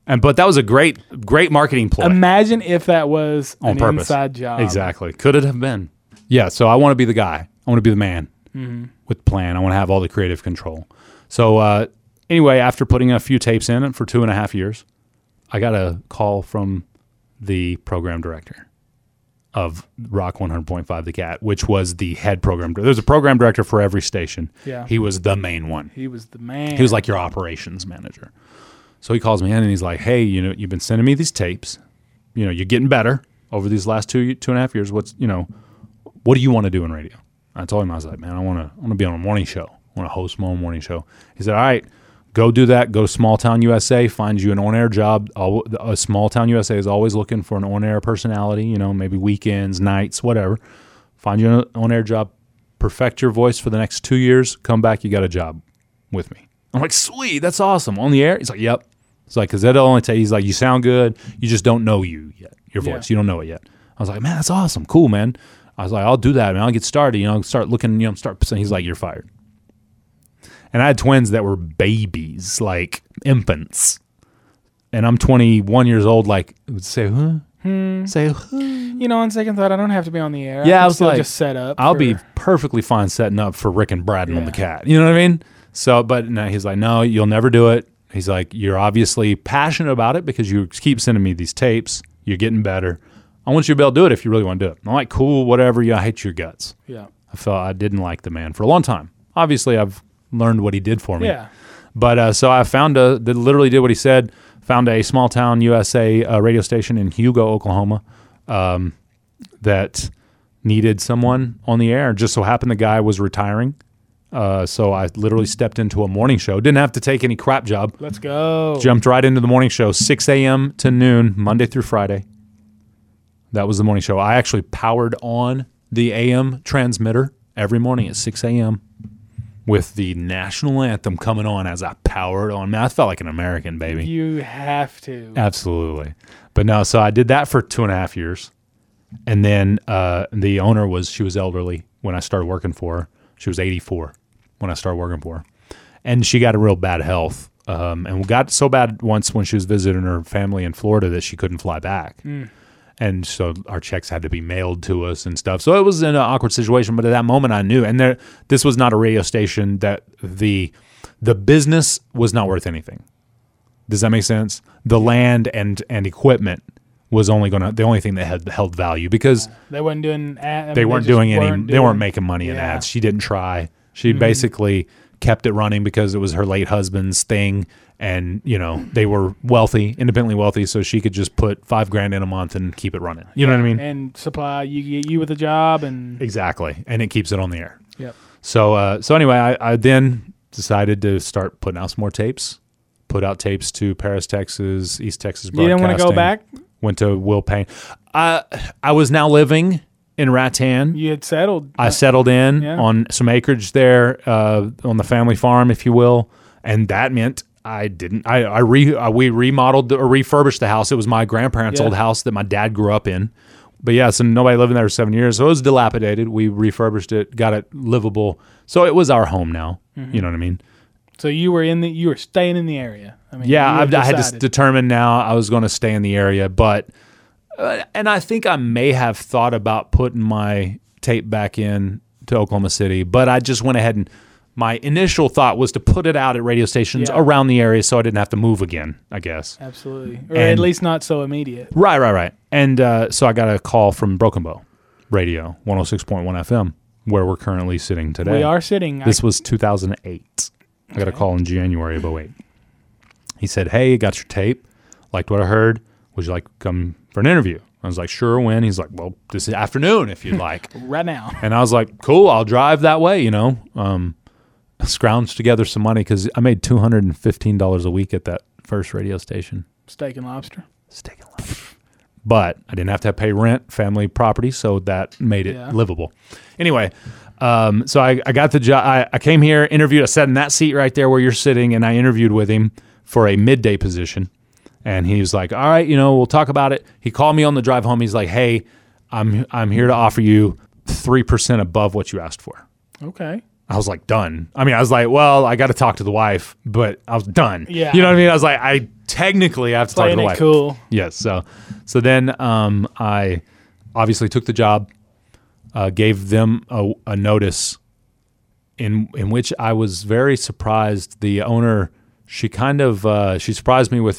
[SPEAKER 1] But that was a great marketing ploy.
[SPEAKER 2] Imagine if that was
[SPEAKER 1] On
[SPEAKER 2] an
[SPEAKER 1] purpose.
[SPEAKER 2] inside job.
[SPEAKER 1] Exactly. Could it have been? Yeah. So I want to be the guy. I want to be the man with the plan. I want to have all the creative control. So anyway, after putting a few tapes in for 2.5 years, I got a call from the program director of Rock 100.5 The Cat, which was the head program director. There's a program director for every station.
[SPEAKER 2] Yeah.
[SPEAKER 1] He was the main one.
[SPEAKER 2] He was the man.
[SPEAKER 1] He was like your operations manager. So he calls me in and he's like, hey, you've been sending me these tapes. You're getting better over these last 2.5 years. What do you want to do in radio? I told him, I was like, man, I want to be on a morning show. I want to host my own morning show. He said, all right, go do that. Go to Small Town USA, find you an on-air job. A Small Town USA is always looking for an on-air personality, maybe weekends, nights, whatever. Find you an on-air job, perfect your voice for the next 2 years, come back, you got a job with me. I'm like, sweet, that's awesome. On the air? He's like, yep. It's like, because that'll only take, he's like, you sound good, you just don't know you yet, your voice. You don't know it yet. I was like, man, that's awesome. Cool, man. I was like, I'll do that, man. I'll get started, start looking, he's like, you're fired. And I had twins that were babies, like infants. And I'm 21 years old, like, say, huh? Say, huh?
[SPEAKER 2] On second thought, I don't have to be on the air.
[SPEAKER 1] Yeah, I was
[SPEAKER 2] still
[SPEAKER 1] like,
[SPEAKER 2] just set up.
[SPEAKER 1] I'll be perfectly fine setting up for Rick and Braden on the Cat. You know what I mean? So, but no, he's like, no, you'll never do it. He's like, you're obviously passionate about it because you keep sending me these tapes. You're getting better. I want you to be able to do it if you really want to do it. I'm like, cool, whatever. I hate your guts.
[SPEAKER 2] Yeah.
[SPEAKER 1] I felt I didn't like the man for a long time. Obviously, I've learned what he did for me.
[SPEAKER 2] Yeah.
[SPEAKER 1] But so I found that literally did what he said. Found a Small Town USA radio station in Hugo, Oklahoma, that needed someone on the air. Just so happened the guy was retiring. So I literally stepped into a morning show. Didn't have to take any crap job.
[SPEAKER 2] Let's go.
[SPEAKER 1] Jumped right into the morning show, 6 a.m. to noon, Monday through Friday. That was the morning show. I actually powered on the AM transmitter every morning at 6 a.m. with the national anthem coming on as I powered on. Man, I felt like an American, baby.
[SPEAKER 2] You have to.
[SPEAKER 1] Absolutely. But no, so I did that for 2.5 years. And then the owner she was elderly when I started working for her. She was 84 when I started working for her. And she got a real bad health. And got so bad once when she was visiting her family in Florida that she couldn't fly back. And so our checks had to be mailed to us and stuff. So it was an awkward situation. But at that moment I knew. And this was not a radio station that the business was not worth anything. Does that make sense? The land and equipment was the only thing that had held value because
[SPEAKER 2] they weren't doing ads.
[SPEAKER 1] They weren't making money in ads. She didn't try. She basically kept it running because it was her late husband's thing, and they were wealthy, independently wealthy, so she could just put $5,000 in a month and keep it running. You know what I mean?
[SPEAKER 2] And supply you with a job and
[SPEAKER 1] exactly, and it keeps it on the air.
[SPEAKER 2] Yep.
[SPEAKER 1] So anyway, I then decided to start putting out some more tapes. Put out tapes to Paris, Texas, East Texas Broadcasting.
[SPEAKER 2] You didn't want to go back?
[SPEAKER 1] Went to Will Payne. I was now living in Rattan.
[SPEAKER 2] You had settled.
[SPEAKER 1] I settled in on some acreage there on the family farm, if you will, and that meant we remodeled or refurbished the house. It was my grandparents' old house that my dad grew up in. But yeah, so nobody living there for 7 years, so it was dilapidated. We refurbished it, got it livable, so it was our home now. You know what I mean?
[SPEAKER 2] So you were staying in the area. I mean,
[SPEAKER 1] I had to determine now I was going to stay in the area, but and I think I may have thought about putting my tape back in to Oklahoma City, but I just went ahead and my initial thought was to put it out at radio stations around the area so I didn't have to move again, I guess.
[SPEAKER 2] Absolutely. Or at least not so immediate.
[SPEAKER 1] Right. And so I got a call from Broken Bow Radio, 106.1 FM, where we're currently sitting today.
[SPEAKER 2] We are sitting.
[SPEAKER 1] This was 2008. I got a call in January of 2008. He said, hey, got your tape. Liked what I heard. Would you like to come for an interview? I was like, sure, when? He's like, well, this afternoon if you'd like.
[SPEAKER 2] Right now.
[SPEAKER 1] And I was like, cool, I'll drive that way, Scrounged together some money because I made $215 a week at that first radio station.
[SPEAKER 2] Steak and lobster.
[SPEAKER 1] But I didn't have to pay rent, family property, so that made it livable. Anyway, so I got the job. I came here, interviewed. I sat in that seat right there where you're sitting, and I interviewed with him for a midday position. And he was like, all right, we'll talk about it. He called me on the drive home. He's like, hey, I'm here to offer you 3% above what you asked for.
[SPEAKER 2] Okay.
[SPEAKER 1] I was like, done. I mean, I was like, well, I got to talk to the wife, but I was done.
[SPEAKER 2] Yeah.
[SPEAKER 1] You know what I mean? I was like, I technically have to talk to the wife.
[SPEAKER 2] Cool.
[SPEAKER 1] Yes. So then I obviously took the job, gave them a notice in which I was very surprised. The owner, she kind of she surprised me with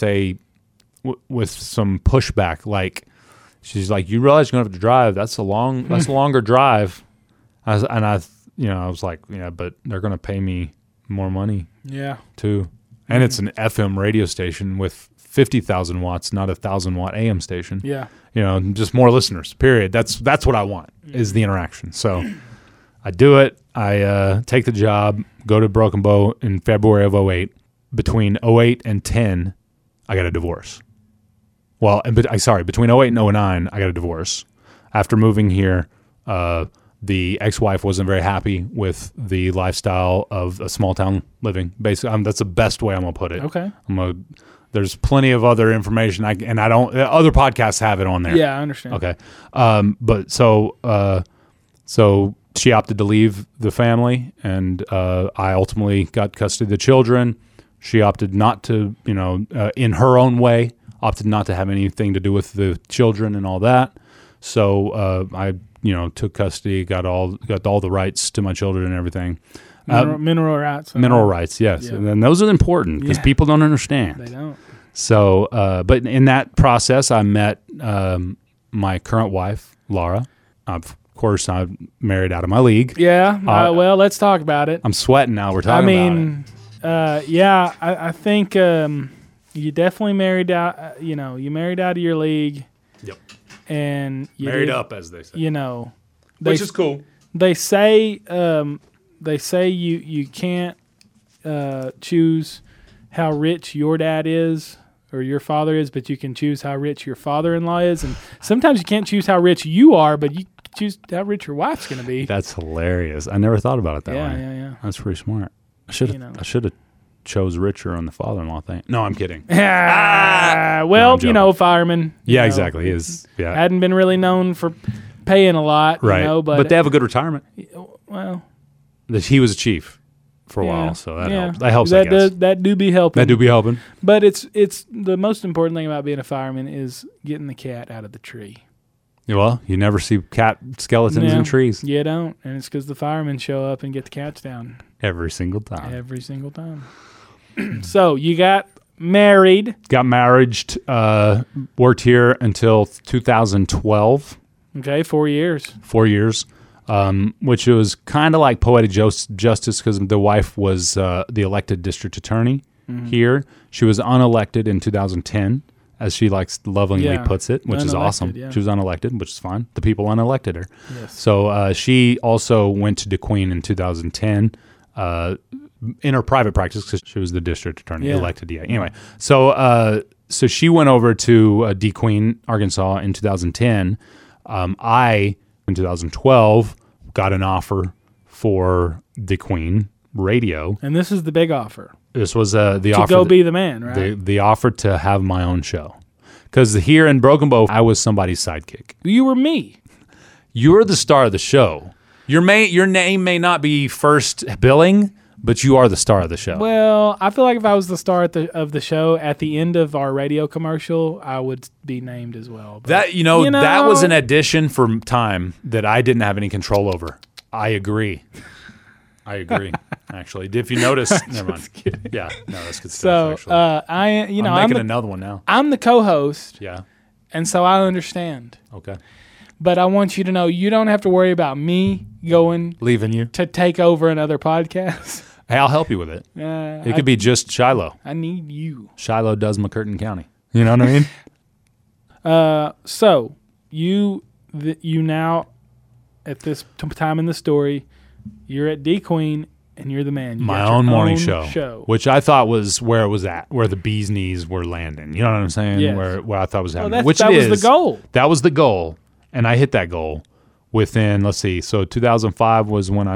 [SPEAKER 1] some pushback. Like, she's like, you realize you're gonna have to drive. That's a longer drive. I was like, yeah, but they're gonna pay me more money.
[SPEAKER 2] Yeah.
[SPEAKER 1] Too, and it's an FM radio station with 50,000 watts, not a 1,000-watt AM station.
[SPEAKER 2] Yeah.
[SPEAKER 1] Just more listeners. Period. That's what I want is the interaction. So I do it. I take the job. Go to Broken Bow in February of 2008. Between 2008 and 10, I got a divorce. Well, between 2008 and 2009, I got a divorce. After moving here, the ex-wife wasn't very happy with the lifestyle of a small-town living. Basically, that's the best way I'm going to put it.
[SPEAKER 2] Okay.
[SPEAKER 1] There's plenty of other information, other podcasts have it on there.
[SPEAKER 2] Yeah, I understand.
[SPEAKER 1] Okay. But so she opted to leave the family, and I ultimately got custody of the children. She opted not to, in her own way, opted not to have anything to do with the children and all that. So I, took custody, got all the rights to my children and everything.
[SPEAKER 2] Mineral rights.
[SPEAKER 1] Mineral rights, yes. Yeah. And those are important because people don't understand.
[SPEAKER 2] They don't.
[SPEAKER 1] So, but in that process, I met my current wife, Laura. Of course, I'm married out of my league.
[SPEAKER 2] Yeah. Well, let's talk about it.
[SPEAKER 1] I'm sweating now. We're talking about it.
[SPEAKER 2] I think you definitely married out. You married out of your league.
[SPEAKER 1] Yep.
[SPEAKER 2] And you
[SPEAKER 1] married up, as they say.
[SPEAKER 2] Which
[SPEAKER 1] is cool.
[SPEAKER 2] They say you can't choose how rich your dad is or your father is, but you can choose how rich your father-in-law is. And sometimes you can't choose how rich you are, but you choose how rich your wife's going to be.
[SPEAKER 1] That's hilarious. I never thought about it that way.
[SPEAKER 2] Yeah.
[SPEAKER 1] That's pretty smart. I should have chose richer on the father-in-law thing. No, I'm kidding.
[SPEAKER 2] Well,
[SPEAKER 1] no,
[SPEAKER 2] fireman.
[SPEAKER 1] Yeah, exactly. He is. Yeah.
[SPEAKER 2] Hadn't been really known for paying a lot,
[SPEAKER 1] right? But they have a good retirement.
[SPEAKER 2] Well,
[SPEAKER 1] he was a chief for a while, so that helps. That helps.
[SPEAKER 2] That do be helping.
[SPEAKER 1] That do be helping.
[SPEAKER 2] But it's the most important thing about being a fireman is getting the cat out of the tree.
[SPEAKER 1] Well, you never see cat skeletons in trees.
[SPEAKER 2] You don't, and it's because the firemen show up and get the cats down
[SPEAKER 1] every single time.
[SPEAKER 2] Every single time. So you got married.
[SPEAKER 1] Got married. Worked here until 2012.
[SPEAKER 2] Okay, 4 years.
[SPEAKER 1] 4 years. Which was kind of like poetic justice because the wife was the elected district attorney here. She was unelected in 2010, as she lovingly puts it, which is awesome. Yeah. She was unelected, which is fine. The people unelected her.
[SPEAKER 2] Yes.
[SPEAKER 1] So she also went to DeQueen in 2010 in her private practice because she was the district attorney elected. Yeah. Anyway, so she went over to DeQueen, Arkansas in 2010. In 2012, got an offer for DeQueen Radio.
[SPEAKER 2] And this is the big offer.
[SPEAKER 1] This was the offer.
[SPEAKER 2] To go be the man, right?
[SPEAKER 1] The offer to have my own show. Because here in Broken Bow, I was somebody's sidekick.
[SPEAKER 2] You were me.
[SPEAKER 1] You're the star of the show. Your name may not be first billing, but you are the star of the show.
[SPEAKER 2] Well, I feel like if I was the star of the show at the end of our radio commercial, I would be named as well. But,
[SPEAKER 1] that was an addition for time that I didn't have any control over. I agree. Actually, if you notice, never mind. Kidding. Yeah, no, that's good stuff.
[SPEAKER 2] So, I'm
[SPEAKER 1] making another one now.
[SPEAKER 2] I'm the co-host.
[SPEAKER 1] Yeah,
[SPEAKER 2] and so I understand.
[SPEAKER 1] Okay.
[SPEAKER 2] But I want you to know you don't have to worry about me
[SPEAKER 1] leaving you
[SPEAKER 2] to take over another podcast.
[SPEAKER 1] Hey, I'll help you with it. It could be just Shiloh.
[SPEAKER 2] I need you.
[SPEAKER 1] Shiloh does McCurtain County. You know what I
[SPEAKER 2] mean? So you now at this time in the story, you're at DeQueen and you're the man.
[SPEAKER 1] My own morning show, which I thought was where it was at, where the bee's knees were landing. You know what I'm saying?
[SPEAKER 2] Yes.
[SPEAKER 1] Where I thought was happening.
[SPEAKER 2] That was the goal.
[SPEAKER 1] That was the goal, and I hit that goal within. Let's see. So 2005 was when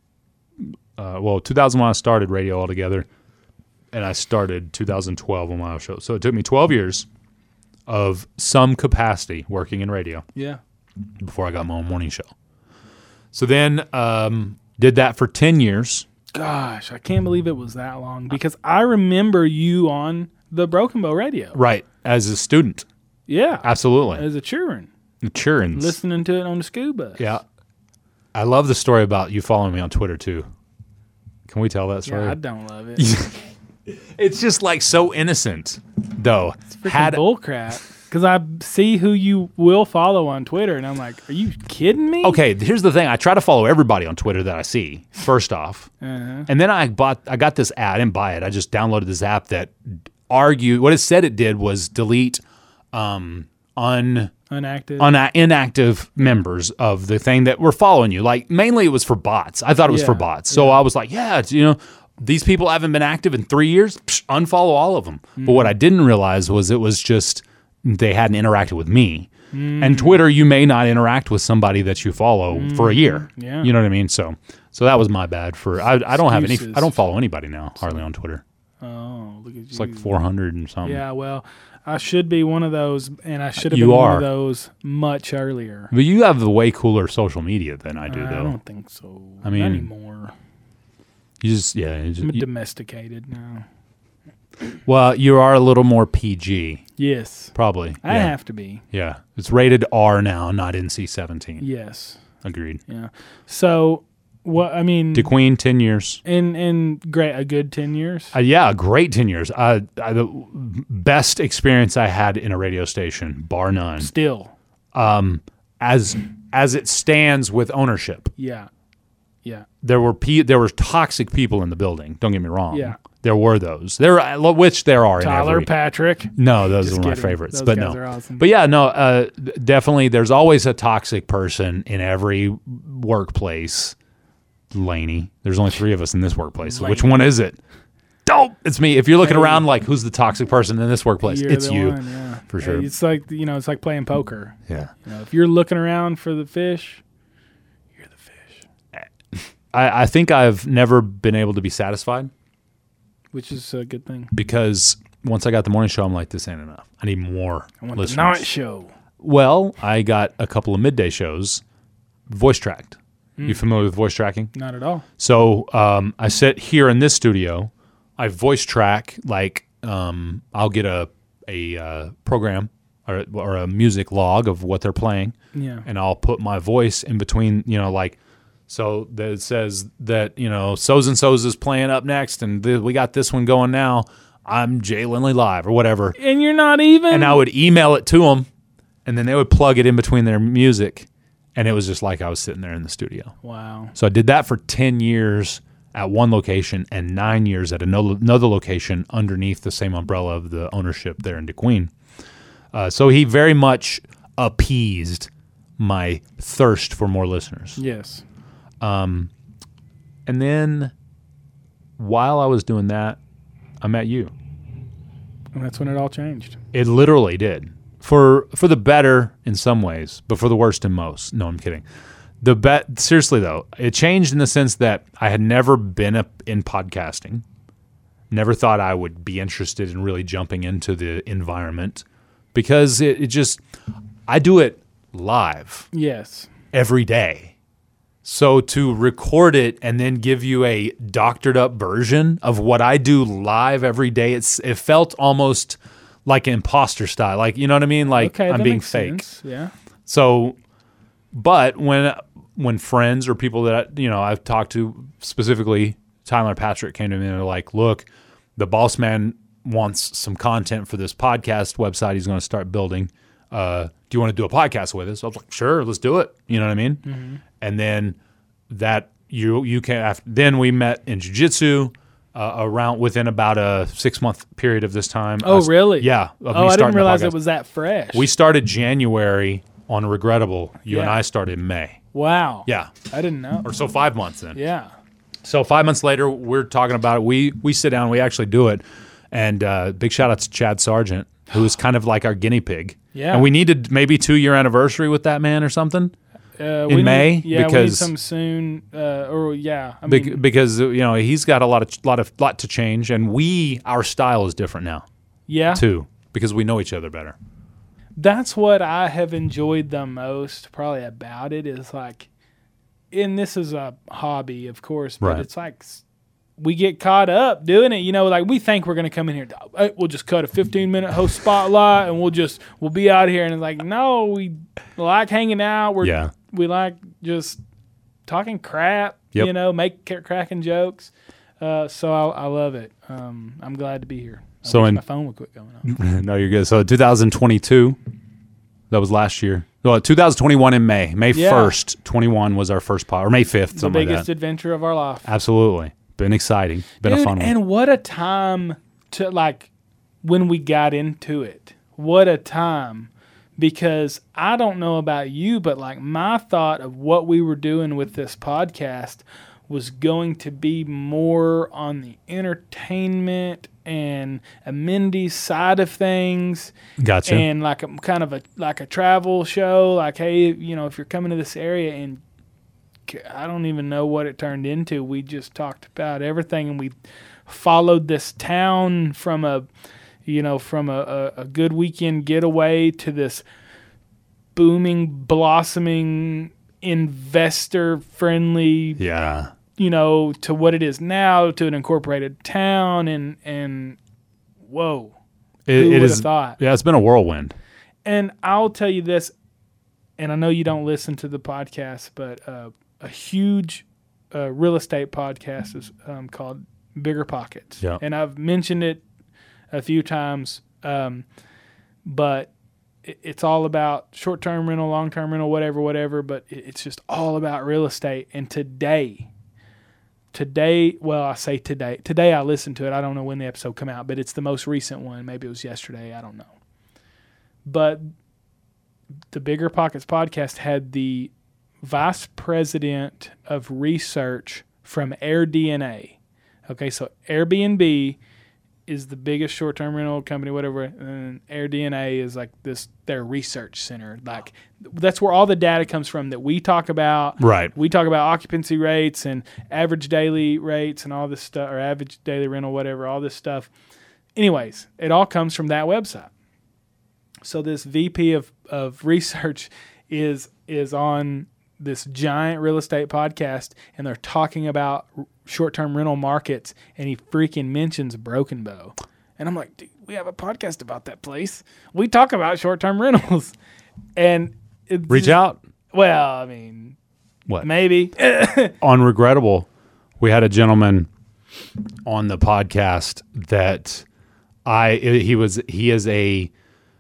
[SPEAKER 1] 2001 I started radio altogether, and I started 2012 on my own show. So it took me 12 years of some capacity working in radio.
[SPEAKER 2] Yeah.
[SPEAKER 1] Before I got my own morning show. So then Did that for 10 years.
[SPEAKER 2] Gosh, I can't believe it was that long because I remember you on the Broken Bow radio.
[SPEAKER 1] Right. As a student.
[SPEAKER 2] Yeah.
[SPEAKER 1] Absolutely.
[SPEAKER 2] As a children.
[SPEAKER 1] Churns.
[SPEAKER 2] Listening to it on the school bus.
[SPEAKER 1] Yeah. I love the story about you following me on Twitter, too. Can we tell that story?
[SPEAKER 2] Yeah, I don't love it.
[SPEAKER 1] It's just like so innocent, though.
[SPEAKER 2] It's freaking bullcrap. Because I see who you will follow on Twitter, and I'm like, are you kidding me?
[SPEAKER 1] Okay, here's the thing. I try to follow everybody on Twitter that I see, first off. And then I got this app. I didn't buy it. I just downloaded this app that argued, what it said it did was delete inactive members of the thing that were following you. Like, mainly it was for bots. I thought it was for bots. So I was like, yeah, it's, these people haven't been active in 3 years. Psh, unfollow all of them. But what I didn't realize was it was just they hadn't interacted with me. And Twitter, you may not interact with somebody that you follow for a year.
[SPEAKER 2] Yeah.
[SPEAKER 1] You know what I mean? So that was my bad for I don't have any. I don't follow anybody now hardly on Twitter.
[SPEAKER 2] Oh, look at you.
[SPEAKER 1] It's like 400 and something.
[SPEAKER 2] Yeah, well, I should be one of those, and I should have been one of those much earlier.
[SPEAKER 1] But you have the way cooler social media than I do, though.
[SPEAKER 2] I don't think so.
[SPEAKER 1] I mean,
[SPEAKER 2] not anymore.
[SPEAKER 1] I'm
[SPEAKER 2] domesticated now.
[SPEAKER 1] Well, you are a little more PG.
[SPEAKER 2] Yes.
[SPEAKER 1] Probably.
[SPEAKER 2] I have to be.
[SPEAKER 1] Yeah. It's rated R now, not NC-17.
[SPEAKER 2] Yes.
[SPEAKER 1] Agreed.
[SPEAKER 2] Yeah. So,
[SPEAKER 1] DeQueen, 10 years.
[SPEAKER 2] And great, a good 10 years?
[SPEAKER 1] Yeah, a great 10 years. The best experience I had in a radio station, bar none.
[SPEAKER 2] Still.
[SPEAKER 1] As it stands with ownership.
[SPEAKER 2] Yeah. Yeah.
[SPEAKER 1] There were toxic people in the building. Don't get me wrong.
[SPEAKER 2] Yeah.
[SPEAKER 1] There were those. There are
[SPEAKER 2] Tyler, Patrick.
[SPEAKER 1] No, those
[SPEAKER 2] Just
[SPEAKER 1] are my
[SPEAKER 2] kidding.
[SPEAKER 1] favorites.
[SPEAKER 2] Those
[SPEAKER 1] but
[SPEAKER 2] guys
[SPEAKER 1] no.
[SPEAKER 2] are awesome.
[SPEAKER 1] But yeah, no. Definitely, there's always a toxic person in every workplace. Laney. There's only 3 of us in this workplace. So which one is it? Dope. It's me. If you're looking around like who's the toxic person in this workplace, it's you.
[SPEAKER 2] One, yeah.
[SPEAKER 1] For sure.
[SPEAKER 2] It's like it's like playing poker.
[SPEAKER 1] Yeah.
[SPEAKER 2] If you're looking around for the fish, you're the fish.
[SPEAKER 1] I think I've never been able to be satisfied.
[SPEAKER 2] Which is a good thing.
[SPEAKER 1] Because once I got the morning show, I'm like, this ain't enough. I need more listeners.
[SPEAKER 2] The night show.
[SPEAKER 1] Well, I got a couple of midday shows voice tracked. You familiar with voice tracking?
[SPEAKER 2] Not at all.
[SPEAKER 1] So I sit here in this studio. I voice track, like I'll get a program or a music log of what they're playing.
[SPEAKER 2] Yeah.
[SPEAKER 1] And I'll put my voice in between, so that it says that, so's and so's is playing up next, and we got this one going now. I'm Jay Lindley Live or whatever.
[SPEAKER 2] And you're not even?
[SPEAKER 1] And I would email it to them, and then they would plug it in between their music, and it was just like I was sitting there in the studio.
[SPEAKER 2] Wow.
[SPEAKER 1] So I did that for 10 years at one location and 9 years at another location underneath the same umbrella of the ownership there in DeQueen. So he very much appeased my thirst for more listeners.
[SPEAKER 2] Yes.
[SPEAKER 1] And then while I was doing that, I met you.
[SPEAKER 2] And that's when it all changed.
[SPEAKER 1] It literally did. For the better in some ways, but for the worst in most. No, I'm kidding. Seriously though, it changed in the sense that I had never been in podcasting. Never thought I would be interested in really jumping into the environment because I do it live.
[SPEAKER 2] Yes.
[SPEAKER 1] Every day. So to record it and then give you a doctored up version of what I do live every day, it felt almost like an imposter style. Like, you know what I mean? Like I'm being fake.
[SPEAKER 2] Sense. Yeah.
[SPEAKER 1] So, but when friends or people that, I've talked to, specifically Tyler Patrick, came to me and they're like, look, the boss man wants some content for this podcast website he's going to start building. Do you want to do a podcast with us? I was like, sure, let's do it. You know what I mean? Mm-hmm. And then that you can. Then we met in jiu-jitsu around within about a 6-month period of this time.
[SPEAKER 2] Oh, really?
[SPEAKER 1] Yeah.
[SPEAKER 2] I didn't realize it was that fresh.
[SPEAKER 1] We started January on Regrettable. You and I started in May.
[SPEAKER 2] Wow.
[SPEAKER 1] Yeah.
[SPEAKER 2] I didn't know.
[SPEAKER 1] Or so 5 months then.
[SPEAKER 2] Yeah.
[SPEAKER 1] So 5 months later, we're talking about it. We sit down. We actually do it. And big shout out to Chad Sargent, who is kind of like our guinea pig.
[SPEAKER 2] Yeah.
[SPEAKER 1] And we needed maybe 2-year anniversary with that man or something in May.
[SPEAKER 2] We need
[SPEAKER 1] because
[SPEAKER 2] some soon.
[SPEAKER 1] Because he's got a lot to change, and our style is different now.
[SPEAKER 2] Yeah.
[SPEAKER 1] Too, because we know each other better.
[SPEAKER 2] That's what I have enjoyed the most, probably about it, is like and this is a hobby, of course, but
[SPEAKER 1] Right.
[SPEAKER 2] it's like we get caught up doing it. Like we think we're going to come in here. Hey, we'll just cut a 15-minute host spotlight and we'll be out here. And it's like, no, we like hanging out. We like just talking crap,
[SPEAKER 1] Yep.
[SPEAKER 2] cracking jokes. So I love it. I'm glad to be here.
[SPEAKER 1] So
[SPEAKER 2] my phone would quit going off.
[SPEAKER 1] No, you're good. So 2022, that was last year. Well, 2021 in May. May 1st, 21 was our first pod, or May 5th,
[SPEAKER 2] The
[SPEAKER 1] something like
[SPEAKER 2] biggest
[SPEAKER 1] that.
[SPEAKER 2] adventure of our life.
[SPEAKER 1] Absolutely. Been exciting. Been
[SPEAKER 2] Dude,
[SPEAKER 1] a fun one.
[SPEAKER 2] And what a time to, like, when we got into it. What a time. Because I don't know about you, but, like, my thought of what we were doing with this podcast was going to be more on the entertainment and amenities side of things.
[SPEAKER 1] Gotcha.
[SPEAKER 2] And like a kind of a travel show. Like, hey, if you're coming to this area, and I don't even know what it turned into. We just talked about everything, and we followed this town from a good weekend getaway to this booming, blossoming, investor-friendly,
[SPEAKER 1] yeah.
[SPEAKER 2] To what it is now, to an incorporated town, and whoa, who
[SPEAKER 1] It
[SPEAKER 2] would
[SPEAKER 1] is.
[SPEAKER 2] have thought?
[SPEAKER 1] Yeah, it's been a whirlwind.
[SPEAKER 2] And I'll tell you this, and I know you don't listen to the podcast, but a huge real estate podcast is called Bigger Pockets.
[SPEAKER 1] Yeah.
[SPEAKER 2] And I've mentioned it a few times, but it's all about short-term rental, long-term rental, whatever, but it's just all about real estate. And today, well, I say today I listened to it. I don't know when the episode come out, but it's the most recent one. Maybe it was yesterday. I don't know. But the Bigger Pockets podcast had the vice president of research from AirDNA. Okay, so Airbnb is the biggest short-term rental company, whatever, and AirDNA is like their research center. Like, that's where all the data comes from that we talk about.
[SPEAKER 1] Right.
[SPEAKER 2] We talk about occupancy rates and average daily rates and all this stuff, or average daily rental, whatever, all this stuff. Anyways, it all comes from that website. So this VP of research is on this giant real estate podcast, and they're talking about short-term rental markets, and he freaking mentions Broken Bow. And I'm like, dude, we have a podcast about that place. We talk about short-term rentals. And
[SPEAKER 1] Reach out.
[SPEAKER 2] Well, I mean,
[SPEAKER 1] What?
[SPEAKER 2] maybe.
[SPEAKER 1] On Regrettable, we had a gentleman on the podcast that he is a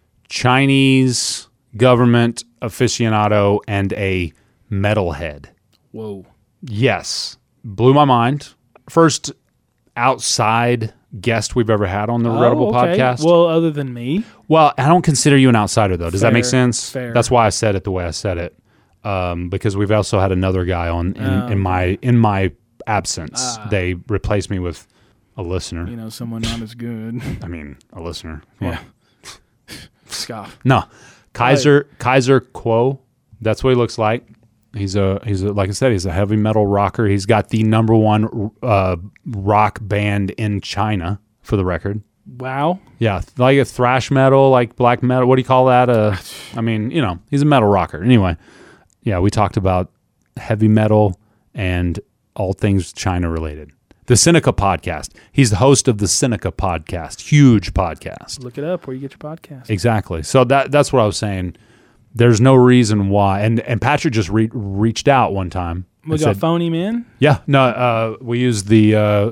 [SPEAKER 1] Chinese government aficionado and a metalhead.
[SPEAKER 2] Whoa.
[SPEAKER 1] Yes. Blew my mind. First outside guest we've ever had on the Regrettable podcast.
[SPEAKER 2] Well, other than me.
[SPEAKER 1] Well, I don't consider you an outsider, though. Does that make
[SPEAKER 2] Fair,
[SPEAKER 1] sense?
[SPEAKER 2] fair.
[SPEAKER 1] That's why I said it the way I said it. Because we've also had another guy on in my absence. They replaced me with a listener.
[SPEAKER 2] Someone not as good.
[SPEAKER 1] I mean, a listener.
[SPEAKER 2] Yeah. Scoff.
[SPEAKER 1] No, Kaiser Kuo. That's what he looks like. He's a like I said, he's a heavy metal rocker. He's got the number one rock band in China, for the record.
[SPEAKER 2] Wow.
[SPEAKER 1] Yeah, like a thrash metal, like black metal. What do you call that? I mean, he's a metal rocker. Anyway, yeah, we talked about heavy metal and all things China related. The Seneca podcast. He's the host of the Seneca podcast. Huge podcast.
[SPEAKER 2] Look it up where you get your podcast.
[SPEAKER 1] Exactly. So that's what I was saying. There's no reason why. And Patrick just reached out one time.
[SPEAKER 2] Would y'all phone him in?
[SPEAKER 1] Yeah. No, we used the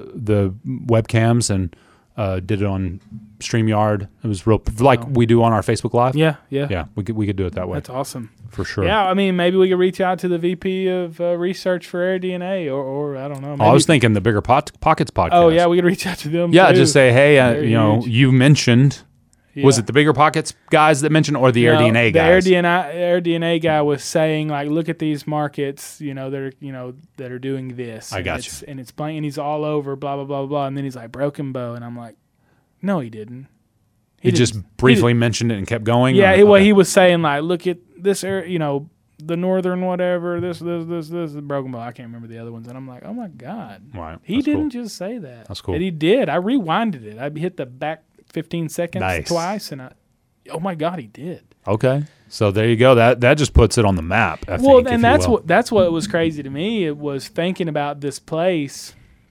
[SPEAKER 1] webcams and did it on StreamYard. It was real, like we do on our Facebook Live.
[SPEAKER 2] Yeah.
[SPEAKER 1] Yeah, we could do it that way.
[SPEAKER 2] That's awesome.
[SPEAKER 1] For sure.
[SPEAKER 2] Yeah, I mean, maybe we could reach out to the VP of research for AirDNA, or I don't know. Maybe.
[SPEAKER 1] I was thinking the Bigger Pockets podcast.
[SPEAKER 2] Oh, yeah, we could reach out to them.
[SPEAKER 1] Yeah,
[SPEAKER 2] too.
[SPEAKER 1] just say, hey,
[SPEAKER 2] They're huge.
[SPEAKER 1] you mentioned, was
[SPEAKER 2] Yeah.
[SPEAKER 1] it the Bigger Pockets guys that mentioned, or the AirDNA guys?
[SPEAKER 2] The AirDNA guy was saying, like, look at these markets, that are doing this.
[SPEAKER 1] I got
[SPEAKER 2] you. And it's blank, and he's all over, blah, blah, blah, blah. And then he's like, Broken Bow. And I'm like, no, he didn't.
[SPEAKER 1] He just briefly mentioned it and kept going?
[SPEAKER 2] Yeah,
[SPEAKER 1] or,
[SPEAKER 2] he was saying, like, look at this area, the northern whatever, this is Broken Bow. I can't remember the other ones. And I'm like, oh, my God.
[SPEAKER 1] Right.
[SPEAKER 2] He didn't just say that.
[SPEAKER 1] That's cool.
[SPEAKER 2] And he did. I rewinded it. I hit the back 15 seconds
[SPEAKER 1] Nice.
[SPEAKER 2] twice, and Oh my God, he did.
[SPEAKER 1] Okay. So there you go. That just puts it on the map. I think,
[SPEAKER 2] Well, and that's what was crazy to me. It was thinking about this place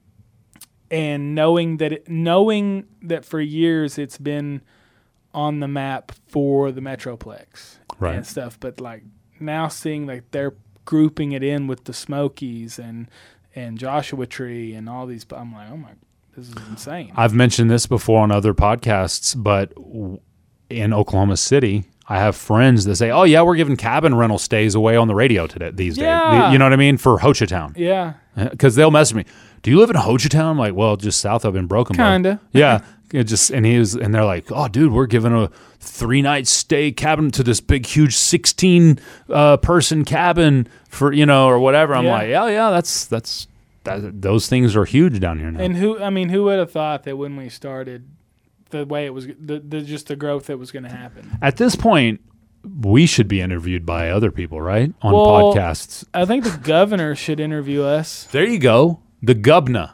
[SPEAKER 2] and knowing that for years it's been on the map for the Metroplex and stuff. But like now seeing like they're grouping it in with the Smokies and Joshua Tree and all these, I'm like, oh my, this is insane.
[SPEAKER 1] I've mentioned this before on other podcasts, but in Oklahoma City, I have friends that say, "Oh yeah, we're giving cabin rental stays away on the radio these days." You know what I mean, for Hochatown.
[SPEAKER 2] Yeah,
[SPEAKER 1] because they'll message me. Do you live in Hochatown? I'm like, well, just south of in Broken Bow.
[SPEAKER 2] Kinda.
[SPEAKER 1] Yeah. And they're like, oh, dude, we're giving a 3-night stay cabin to this big, huge 16 person cabin for or whatever. I'm like, yeah, those things are huge down here now.
[SPEAKER 2] And who would have thought that when we started, the way it was, just the growth that was going to happen.
[SPEAKER 1] At this point, we should be interviewed by other people, right? On podcasts.
[SPEAKER 2] I think the governor should interview us.
[SPEAKER 1] There you go. The Governor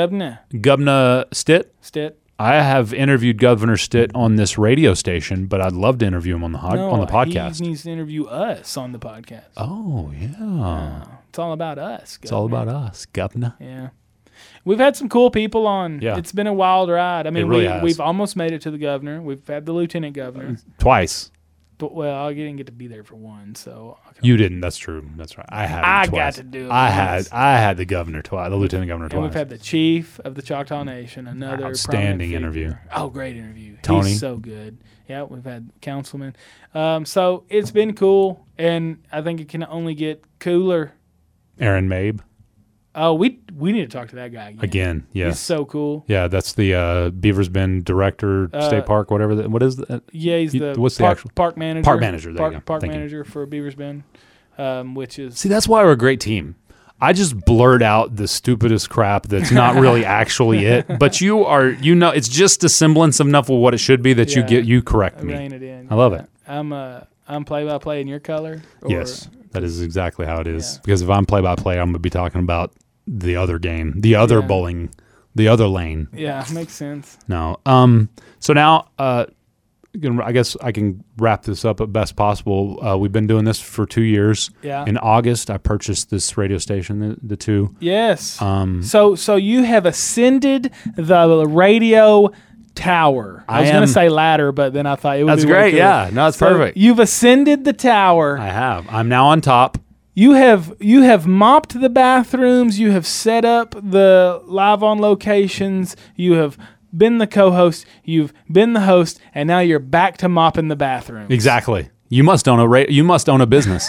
[SPEAKER 1] Stitt. I have interviewed Governor Stitt on this radio station, but I'd love to interview him on the podcast.
[SPEAKER 2] He needs to interview us on the podcast.
[SPEAKER 1] Oh, yeah.
[SPEAKER 2] It's all about us, Governor.
[SPEAKER 1] It's all about us, Governor.
[SPEAKER 2] Yeah. We've had some cool people on.
[SPEAKER 1] Yeah.
[SPEAKER 2] It's been a wild ride. I mean,
[SPEAKER 1] really
[SPEAKER 2] we've almost made it to the governor. We've had the lieutenant governor.
[SPEAKER 1] Twice.
[SPEAKER 2] But, well, I didn't get to be there for one, so.
[SPEAKER 1] You didn't. That's true. That's right. I had him twice.
[SPEAKER 2] Got to do it.
[SPEAKER 1] I had the governor twice, the lieutenant governor twice.
[SPEAKER 2] And we've had the chief of the Choctaw Nation, another
[SPEAKER 1] outstanding interview.
[SPEAKER 2] Oh, great interview.
[SPEAKER 1] Tony.
[SPEAKER 2] He's so good. Yeah, we've had councilmen. So it's been cool, and I think it can only get cooler.
[SPEAKER 1] Aaron Mabe.
[SPEAKER 2] Oh, we need to talk to that guy
[SPEAKER 1] again. Yes.
[SPEAKER 2] He's so cool.
[SPEAKER 1] Yeah, that's the Beavers Bend director, state park, whatever. What is that?
[SPEAKER 2] Yeah, he's
[SPEAKER 1] what's the actual
[SPEAKER 2] park manager?
[SPEAKER 1] Park manager. There you go.
[SPEAKER 2] Park manager for Beavers Bend, which is.
[SPEAKER 1] See, that's why we're a great team. I just blurt out the stupidest crap that's not really actually it, but you it's just a semblance enough of what it should be that you correct me.
[SPEAKER 2] Rein it in.
[SPEAKER 1] I love it.
[SPEAKER 2] I'm play-by-play in your color.
[SPEAKER 1] Yes, that is exactly how it is. Yeah. Because if I'm play-by-play, I'm going to be talking about the other game, the other bowling, the other lane.
[SPEAKER 2] Yeah, makes sense.
[SPEAKER 1] No. So now, I guess I can wrap this up at best possible. We've been doing this for 2 years.
[SPEAKER 2] Yeah.
[SPEAKER 1] In August, I purchased this radio station, the two.
[SPEAKER 2] Yes. So you have ascended the radio tower. I was going to say ladder, but then I thought it would be
[SPEAKER 1] great.
[SPEAKER 2] Cool.
[SPEAKER 1] Yeah. No, it's perfect.
[SPEAKER 2] You've ascended the tower.
[SPEAKER 1] I have. I'm now on top.
[SPEAKER 2] You have mopped the bathrooms. You have set up the live on locations. You have been the co-host. You've been the host, and now you're back to mopping the bathrooms.
[SPEAKER 1] Exactly. You must own a business.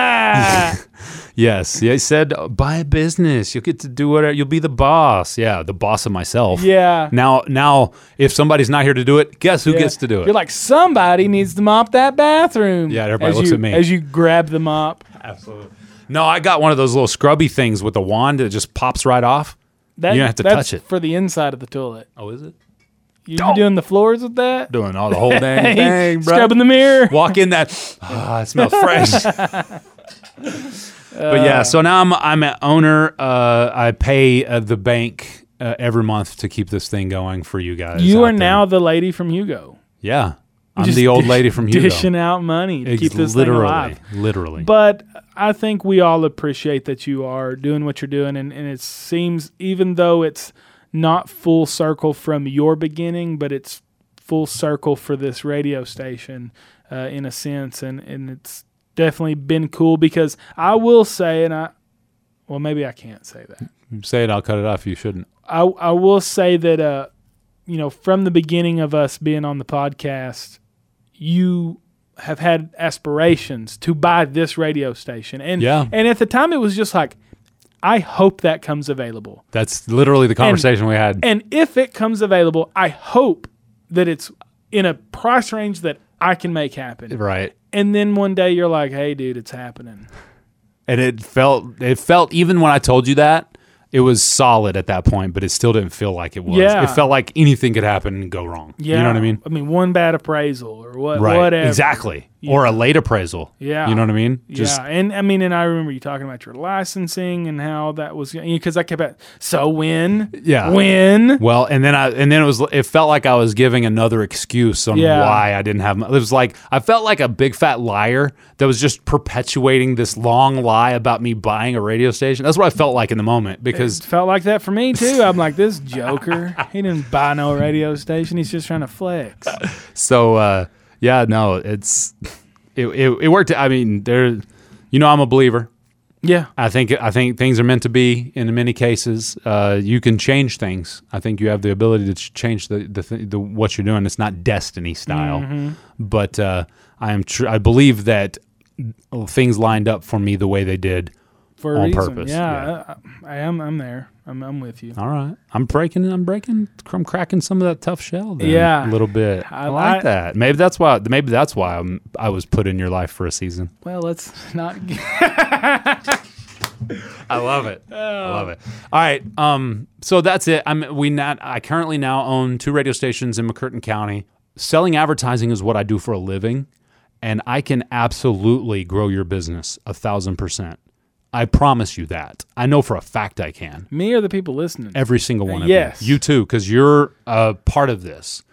[SPEAKER 1] Yes. He said, buy a business. You'll get to do whatever. You'll be the boss. Yeah, the boss of myself.
[SPEAKER 2] Yeah.
[SPEAKER 1] Now, if somebody's not here to do it, guess who gets to do it?
[SPEAKER 2] You're like, somebody needs to mop that bathroom.
[SPEAKER 1] Yeah, everybody looks at me.
[SPEAKER 2] As you grab the mop.
[SPEAKER 1] Absolutely. No, I got one of those little scrubby things with a wand that just pops right off. You don't have to touch it.
[SPEAKER 2] For the inside of the toilet.
[SPEAKER 1] Oh, is it?
[SPEAKER 2] You doing the floors with that?
[SPEAKER 1] Doing all the whole dang thing, bro.
[SPEAKER 2] Scrubbing the mirror.
[SPEAKER 1] Walk in that. It smells fresh. But yeah, so now I'm an owner. I pay the bank every month to keep this thing going for you guys.
[SPEAKER 2] You are now the lady from Hugo.
[SPEAKER 1] Yeah. I'm the old lady from Hugo.
[SPEAKER 2] Dishing out money to keep this thing alive.
[SPEAKER 1] Literally.
[SPEAKER 2] But I think we all appreciate that you are doing what you're doing. And it seems, even though it's not full circle from your beginning, but it's full circle for this radio station in a sense. And it's definitely been cool because I will say, well, maybe I can't say that.
[SPEAKER 1] Say it, I'll cut it off. You shouldn't.
[SPEAKER 2] I will say that, from the beginning of us being on the podcast, you have had aspirations to buy this radio station. And at the time it was just like, I hope that comes available.
[SPEAKER 1] That's literally the conversation we had.
[SPEAKER 2] And if it comes available, I hope that it's in a price range that I can make happen.
[SPEAKER 1] Right.
[SPEAKER 2] And then one day you're like, hey, dude, it's happening.
[SPEAKER 1] And it felt, even when I told you that, it was solid at that point, but it still didn't feel like it was.
[SPEAKER 2] Yeah.
[SPEAKER 1] It felt like anything could happen and go wrong.
[SPEAKER 2] Yeah.
[SPEAKER 1] You know what I mean?
[SPEAKER 2] I mean, one bad appraisal or whatever.
[SPEAKER 1] Exactly. or a late appraisal.
[SPEAKER 2] Yeah.
[SPEAKER 1] You know what I mean?
[SPEAKER 2] Yeah. And I mean, and I remember you talking about your licensing and how that was, because I kept so when?
[SPEAKER 1] Yeah.
[SPEAKER 2] When?
[SPEAKER 1] Well, and then it felt like I was giving another excuse on why I didn't have it was like I felt like a big fat liar that was just perpetuating this long lie about me buying a radio station. That's what I felt like in the moment, because
[SPEAKER 2] it felt like that for me too. I'm like, this joker, he didn't buy no radio station. He's just trying to flex.
[SPEAKER 1] So it worked. I mean, I'm a believer.
[SPEAKER 2] Yeah.
[SPEAKER 1] I think things are meant to be in many cases. You can change things. I think you have the ability to change the what you're doing. It's not destiny style, but I believe that things lined up for me the way they did
[SPEAKER 2] for a
[SPEAKER 1] on
[SPEAKER 2] reason.
[SPEAKER 1] purpose.
[SPEAKER 2] Yeah. I'm there. I'm with you.
[SPEAKER 1] All right. I'm cracking some of that tough shell then,
[SPEAKER 2] Yeah.
[SPEAKER 1] a little bit. I like that. Maybe that's why I was put in your life for a season.
[SPEAKER 2] Well, let's not
[SPEAKER 1] I love it. I love it. All right. So that's it. I currently now own 2 radio stations in McCurtain County. Selling advertising is what I do for a living, and I can absolutely grow your business 1,000%. I promise you that. I know for a fact I can.
[SPEAKER 2] Me or the people listening?
[SPEAKER 1] Every single one of
[SPEAKER 2] yes.
[SPEAKER 1] you. You too, because you're a part of this.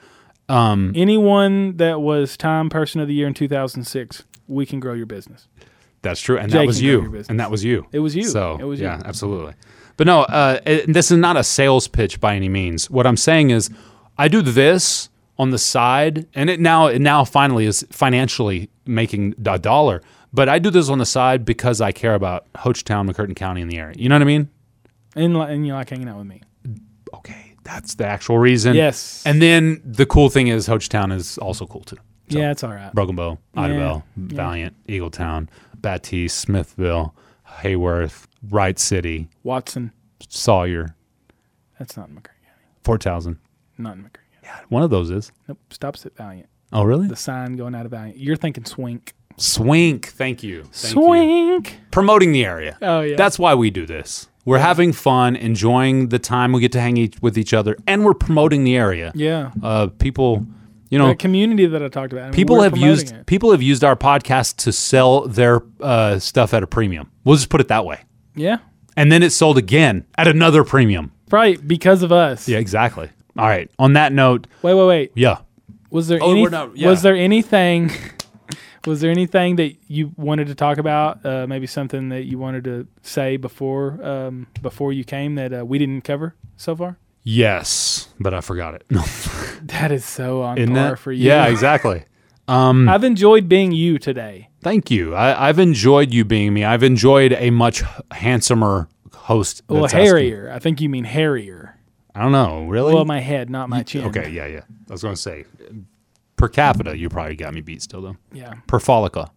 [SPEAKER 2] Anyone that was Time Person of the Year in 2006, we can grow your business.
[SPEAKER 1] That's true, and
[SPEAKER 2] Jay
[SPEAKER 1] that was
[SPEAKER 2] can grow
[SPEAKER 1] you.
[SPEAKER 2] your business.
[SPEAKER 1] And that was you.
[SPEAKER 2] It was you.
[SPEAKER 1] So
[SPEAKER 2] it was
[SPEAKER 1] yeah,
[SPEAKER 2] you.
[SPEAKER 1] absolutely. But no, this is not a sales pitch by any means. What I'm saying is, I do this on the side, and it now finally is financially making a dollar. But I do this on the side because I care about Hochtown, McCurtain County, in the area. You know what I mean?
[SPEAKER 2] And you like hanging out with me.
[SPEAKER 1] Okay, that's the actual reason.
[SPEAKER 2] Yes.
[SPEAKER 1] And then the cool thing is Hochtown is also cool too. So,
[SPEAKER 2] yeah, it's all right.
[SPEAKER 1] Broken Bow, Idabel, Valiant, Eagletown, Batiste, Smithville, Hayworth, Wright City,
[SPEAKER 2] Watson.
[SPEAKER 1] Sawyer.
[SPEAKER 2] That's not in McCurtain County.
[SPEAKER 1] Fort Townsend.
[SPEAKER 2] Not in McCurtain County.
[SPEAKER 1] Yeah, one of those is.
[SPEAKER 2] Nope. Stops at Valiant.
[SPEAKER 1] Oh, really?
[SPEAKER 2] The sign going out of Valiant. You're thinking Swink.
[SPEAKER 1] Swink. Thank you.
[SPEAKER 2] Swink.
[SPEAKER 1] Promoting the area.
[SPEAKER 2] Oh, yeah.
[SPEAKER 1] That's why we do this. We're having fun, enjoying the time we get to hang with each other, and we're promoting the area.
[SPEAKER 2] Yeah.
[SPEAKER 1] People, the
[SPEAKER 2] community that I talked about. I mean,
[SPEAKER 1] people have used our podcast to sell their stuff at a premium. We'll just put it that way.
[SPEAKER 2] Yeah.
[SPEAKER 1] And then it's sold again at another premium.
[SPEAKER 2] Right, because of us.
[SPEAKER 1] Yeah, exactly. All right. On that note.
[SPEAKER 2] Wait.
[SPEAKER 1] Yeah.
[SPEAKER 2] Was there anything? Was there anything that you wanted to talk about? Maybe something that you wanted to say before you came that we didn't cover so far?
[SPEAKER 1] Yes, but I forgot it. No.
[SPEAKER 2] That is so on
[SPEAKER 1] Isn't
[SPEAKER 2] par
[SPEAKER 1] that?
[SPEAKER 2] for you.
[SPEAKER 1] Yeah, exactly.
[SPEAKER 2] I've enjoyed being you today.
[SPEAKER 1] Thank you. I've enjoyed you being me. I've enjoyed a much handsomer host.
[SPEAKER 2] Well, hairier. I think you mean hairier.
[SPEAKER 1] I don't know. Really?
[SPEAKER 2] Well, my head, not my chin.
[SPEAKER 1] Okay, yeah. I was going to say, per capita, you probably got me beat still, though.
[SPEAKER 2] Yeah.
[SPEAKER 1] Per follica.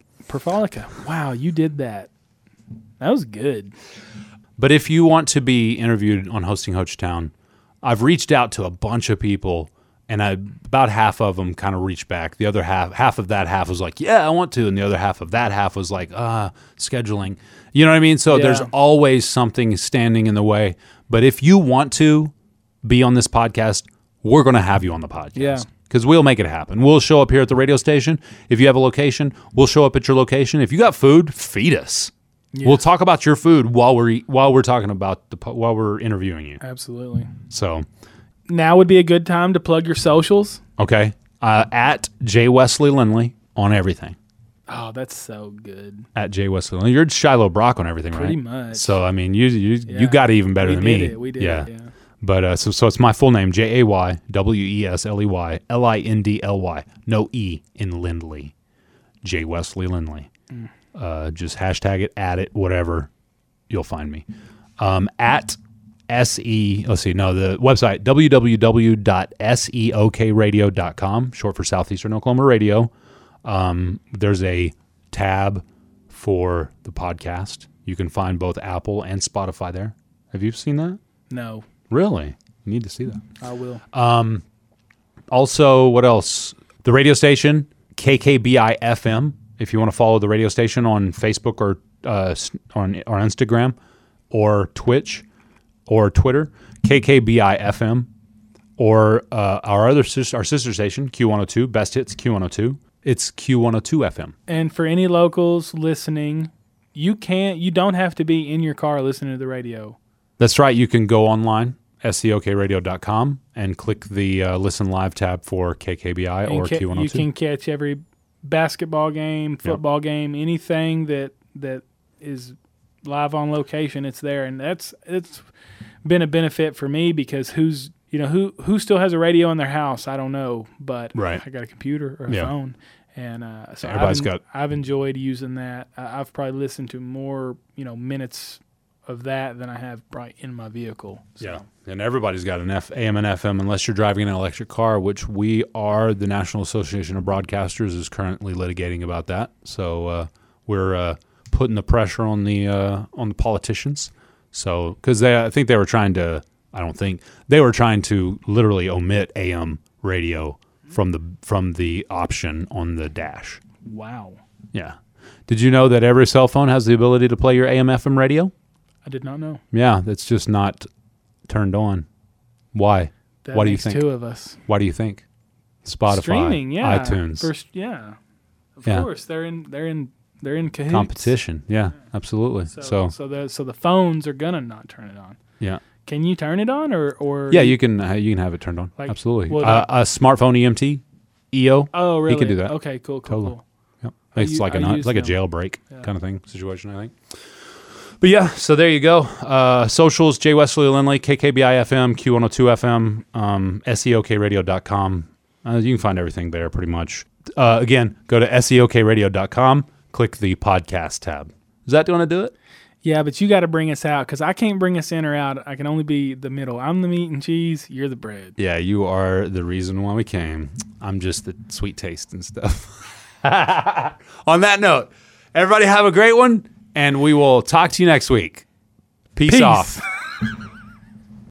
[SPEAKER 2] Wow, you did that. That was good.
[SPEAKER 1] But if you want to be interviewed on Hosting Hochtown, I've reached out to a bunch of people, and about half of them kind of reached back. The other half of that half was like, yeah, I want to. And the other half of that half was like, scheduling. You know what I mean? So there's always something standing in the way. But if you want to be on this podcast, we're going to have you on the podcast.
[SPEAKER 2] Yeah.
[SPEAKER 1] Because we'll make it happen. We'll show up here at the radio station. If you have a location, we'll show up at your location. If you got food, feed us. Yeah. We'll talk about your food while we're talking about while we're interviewing you.
[SPEAKER 2] Absolutely.
[SPEAKER 1] So
[SPEAKER 2] now would be a good time to plug your socials.
[SPEAKER 1] Okay. At J. Wesley Lindley on everything.
[SPEAKER 2] Oh, that's so good.
[SPEAKER 1] At J. Wesley Lindley. You're Shiloh Brock on everything,
[SPEAKER 2] Pretty
[SPEAKER 1] right?
[SPEAKER 2] much.
[SPEAKER 1] So, I mean, you got it even better than me.
[SPEAKER 2] We did it.
[SPEAKER 1] But so it's my full name, JayWesley Lindley. No E in Lindley. J. Wesley Lindley. Just hashtag it, add it, whatever. You'll find me. At SE, the website, www.seokradio.com, short for Southeastern Oklahoma Radio. There's a tab for the podcast. You can find both Apple and Spotify there. Have you seen that?
[SPEAKER 2] No.
[SPEAKER 1] Really? You need to see that.
[SPEAKER 2] I will.
[SPEAKER 1] Also, what else? The radio station, KKBI FM. If you want to follow the radio station on Facebook or on Instagram or Twitch or Twitter, KKBI FM, or our sister station, Q102, Best Hits Q102. It's Q102 FM.
[SPEAKER 2] And for any locals listening, you don't have to be in your car listening to the radio.
[SPEAKER 1] That's right. You can go online, scokradio.com, and click the Listen Live tab for KKBI or Q102.
[SPEAKER 2] You can catch every basketball game, football game, anything that is live on location. It's there, and it's been a benefit for me because who still has a radio in their house? I don't know, but
[SPEAKER 1] right.
[SPEAKER 2] I got a computer or a phone, and so I've enjoyed using that. I've probably listened to more minutes of that than I have probably in my vehicle. So.
[SPEAKER 1] Yeah, and everybody's got an AM and FM unless you're driving an electric car, which we are. The National Association of Broadcasters is currently litigating about that. So we're putting the pressure on the politicians. So because I think they were trying to. I don't think they were trying to literally omit AM radio from the option on the dash.
[SPEAKER 2] Wow.
[SPEAKER 1] Yeah. Did you know that every cell phone has the ability to play your AM FM radio?
[SPEAKER 2] I did not know.
[SPEAKER 1] Yeah, that's just not turned on. Why? What do you think?
[SPEAKER 2] Two of us.
[SPEAKER 1] Why do you think? Spotify,
[SPEAKER 2] streaming,
[SPEAKER 1] iTunes.
[SPEAKER 2] Of course, they're in cahoots.
[SPEAKER 1] Competition. Yeah, absolutely.
[SPEAKER 2] So the phones are gonna not turn it on.
[SPEAKER 1] Yeah.
[SPEAKER 2] Can you turn it on or?
[SPEAKER 1] Yeah, you can have it turned on.
[SPEAKER 2] Like,
[SPEAKER 1] absolutely. A smartphone EMT, EO.
[SPEAKER 2] Oh, really?
[SPEAKER 1] He can do that.
[SPEAKER 2] Okay, cool.
[SPEAKER 1] Totally. Yep. It's like a jailbreak kind of thing situation, I think. But yeah, so there you go. Socials, Jay Wesley Lindley, KKBI FM, Q102 FM, SEOKradio.com. You can find everything there pretty much. Again, go to SEOKradio.com, click the podcast tab. Is that going to do it?
[SPEAKER 2] Yeah, but you got to bring us out because I can't bring us in or out. I can only be the middle. I'm the meat and cheese. You're the bread.
[SPEAKER 1] Yeah, you are the reason why we came. I'm just the sweet taste and stuff. On that note, everybody have a great one. And we will talk to you next week. Peace off.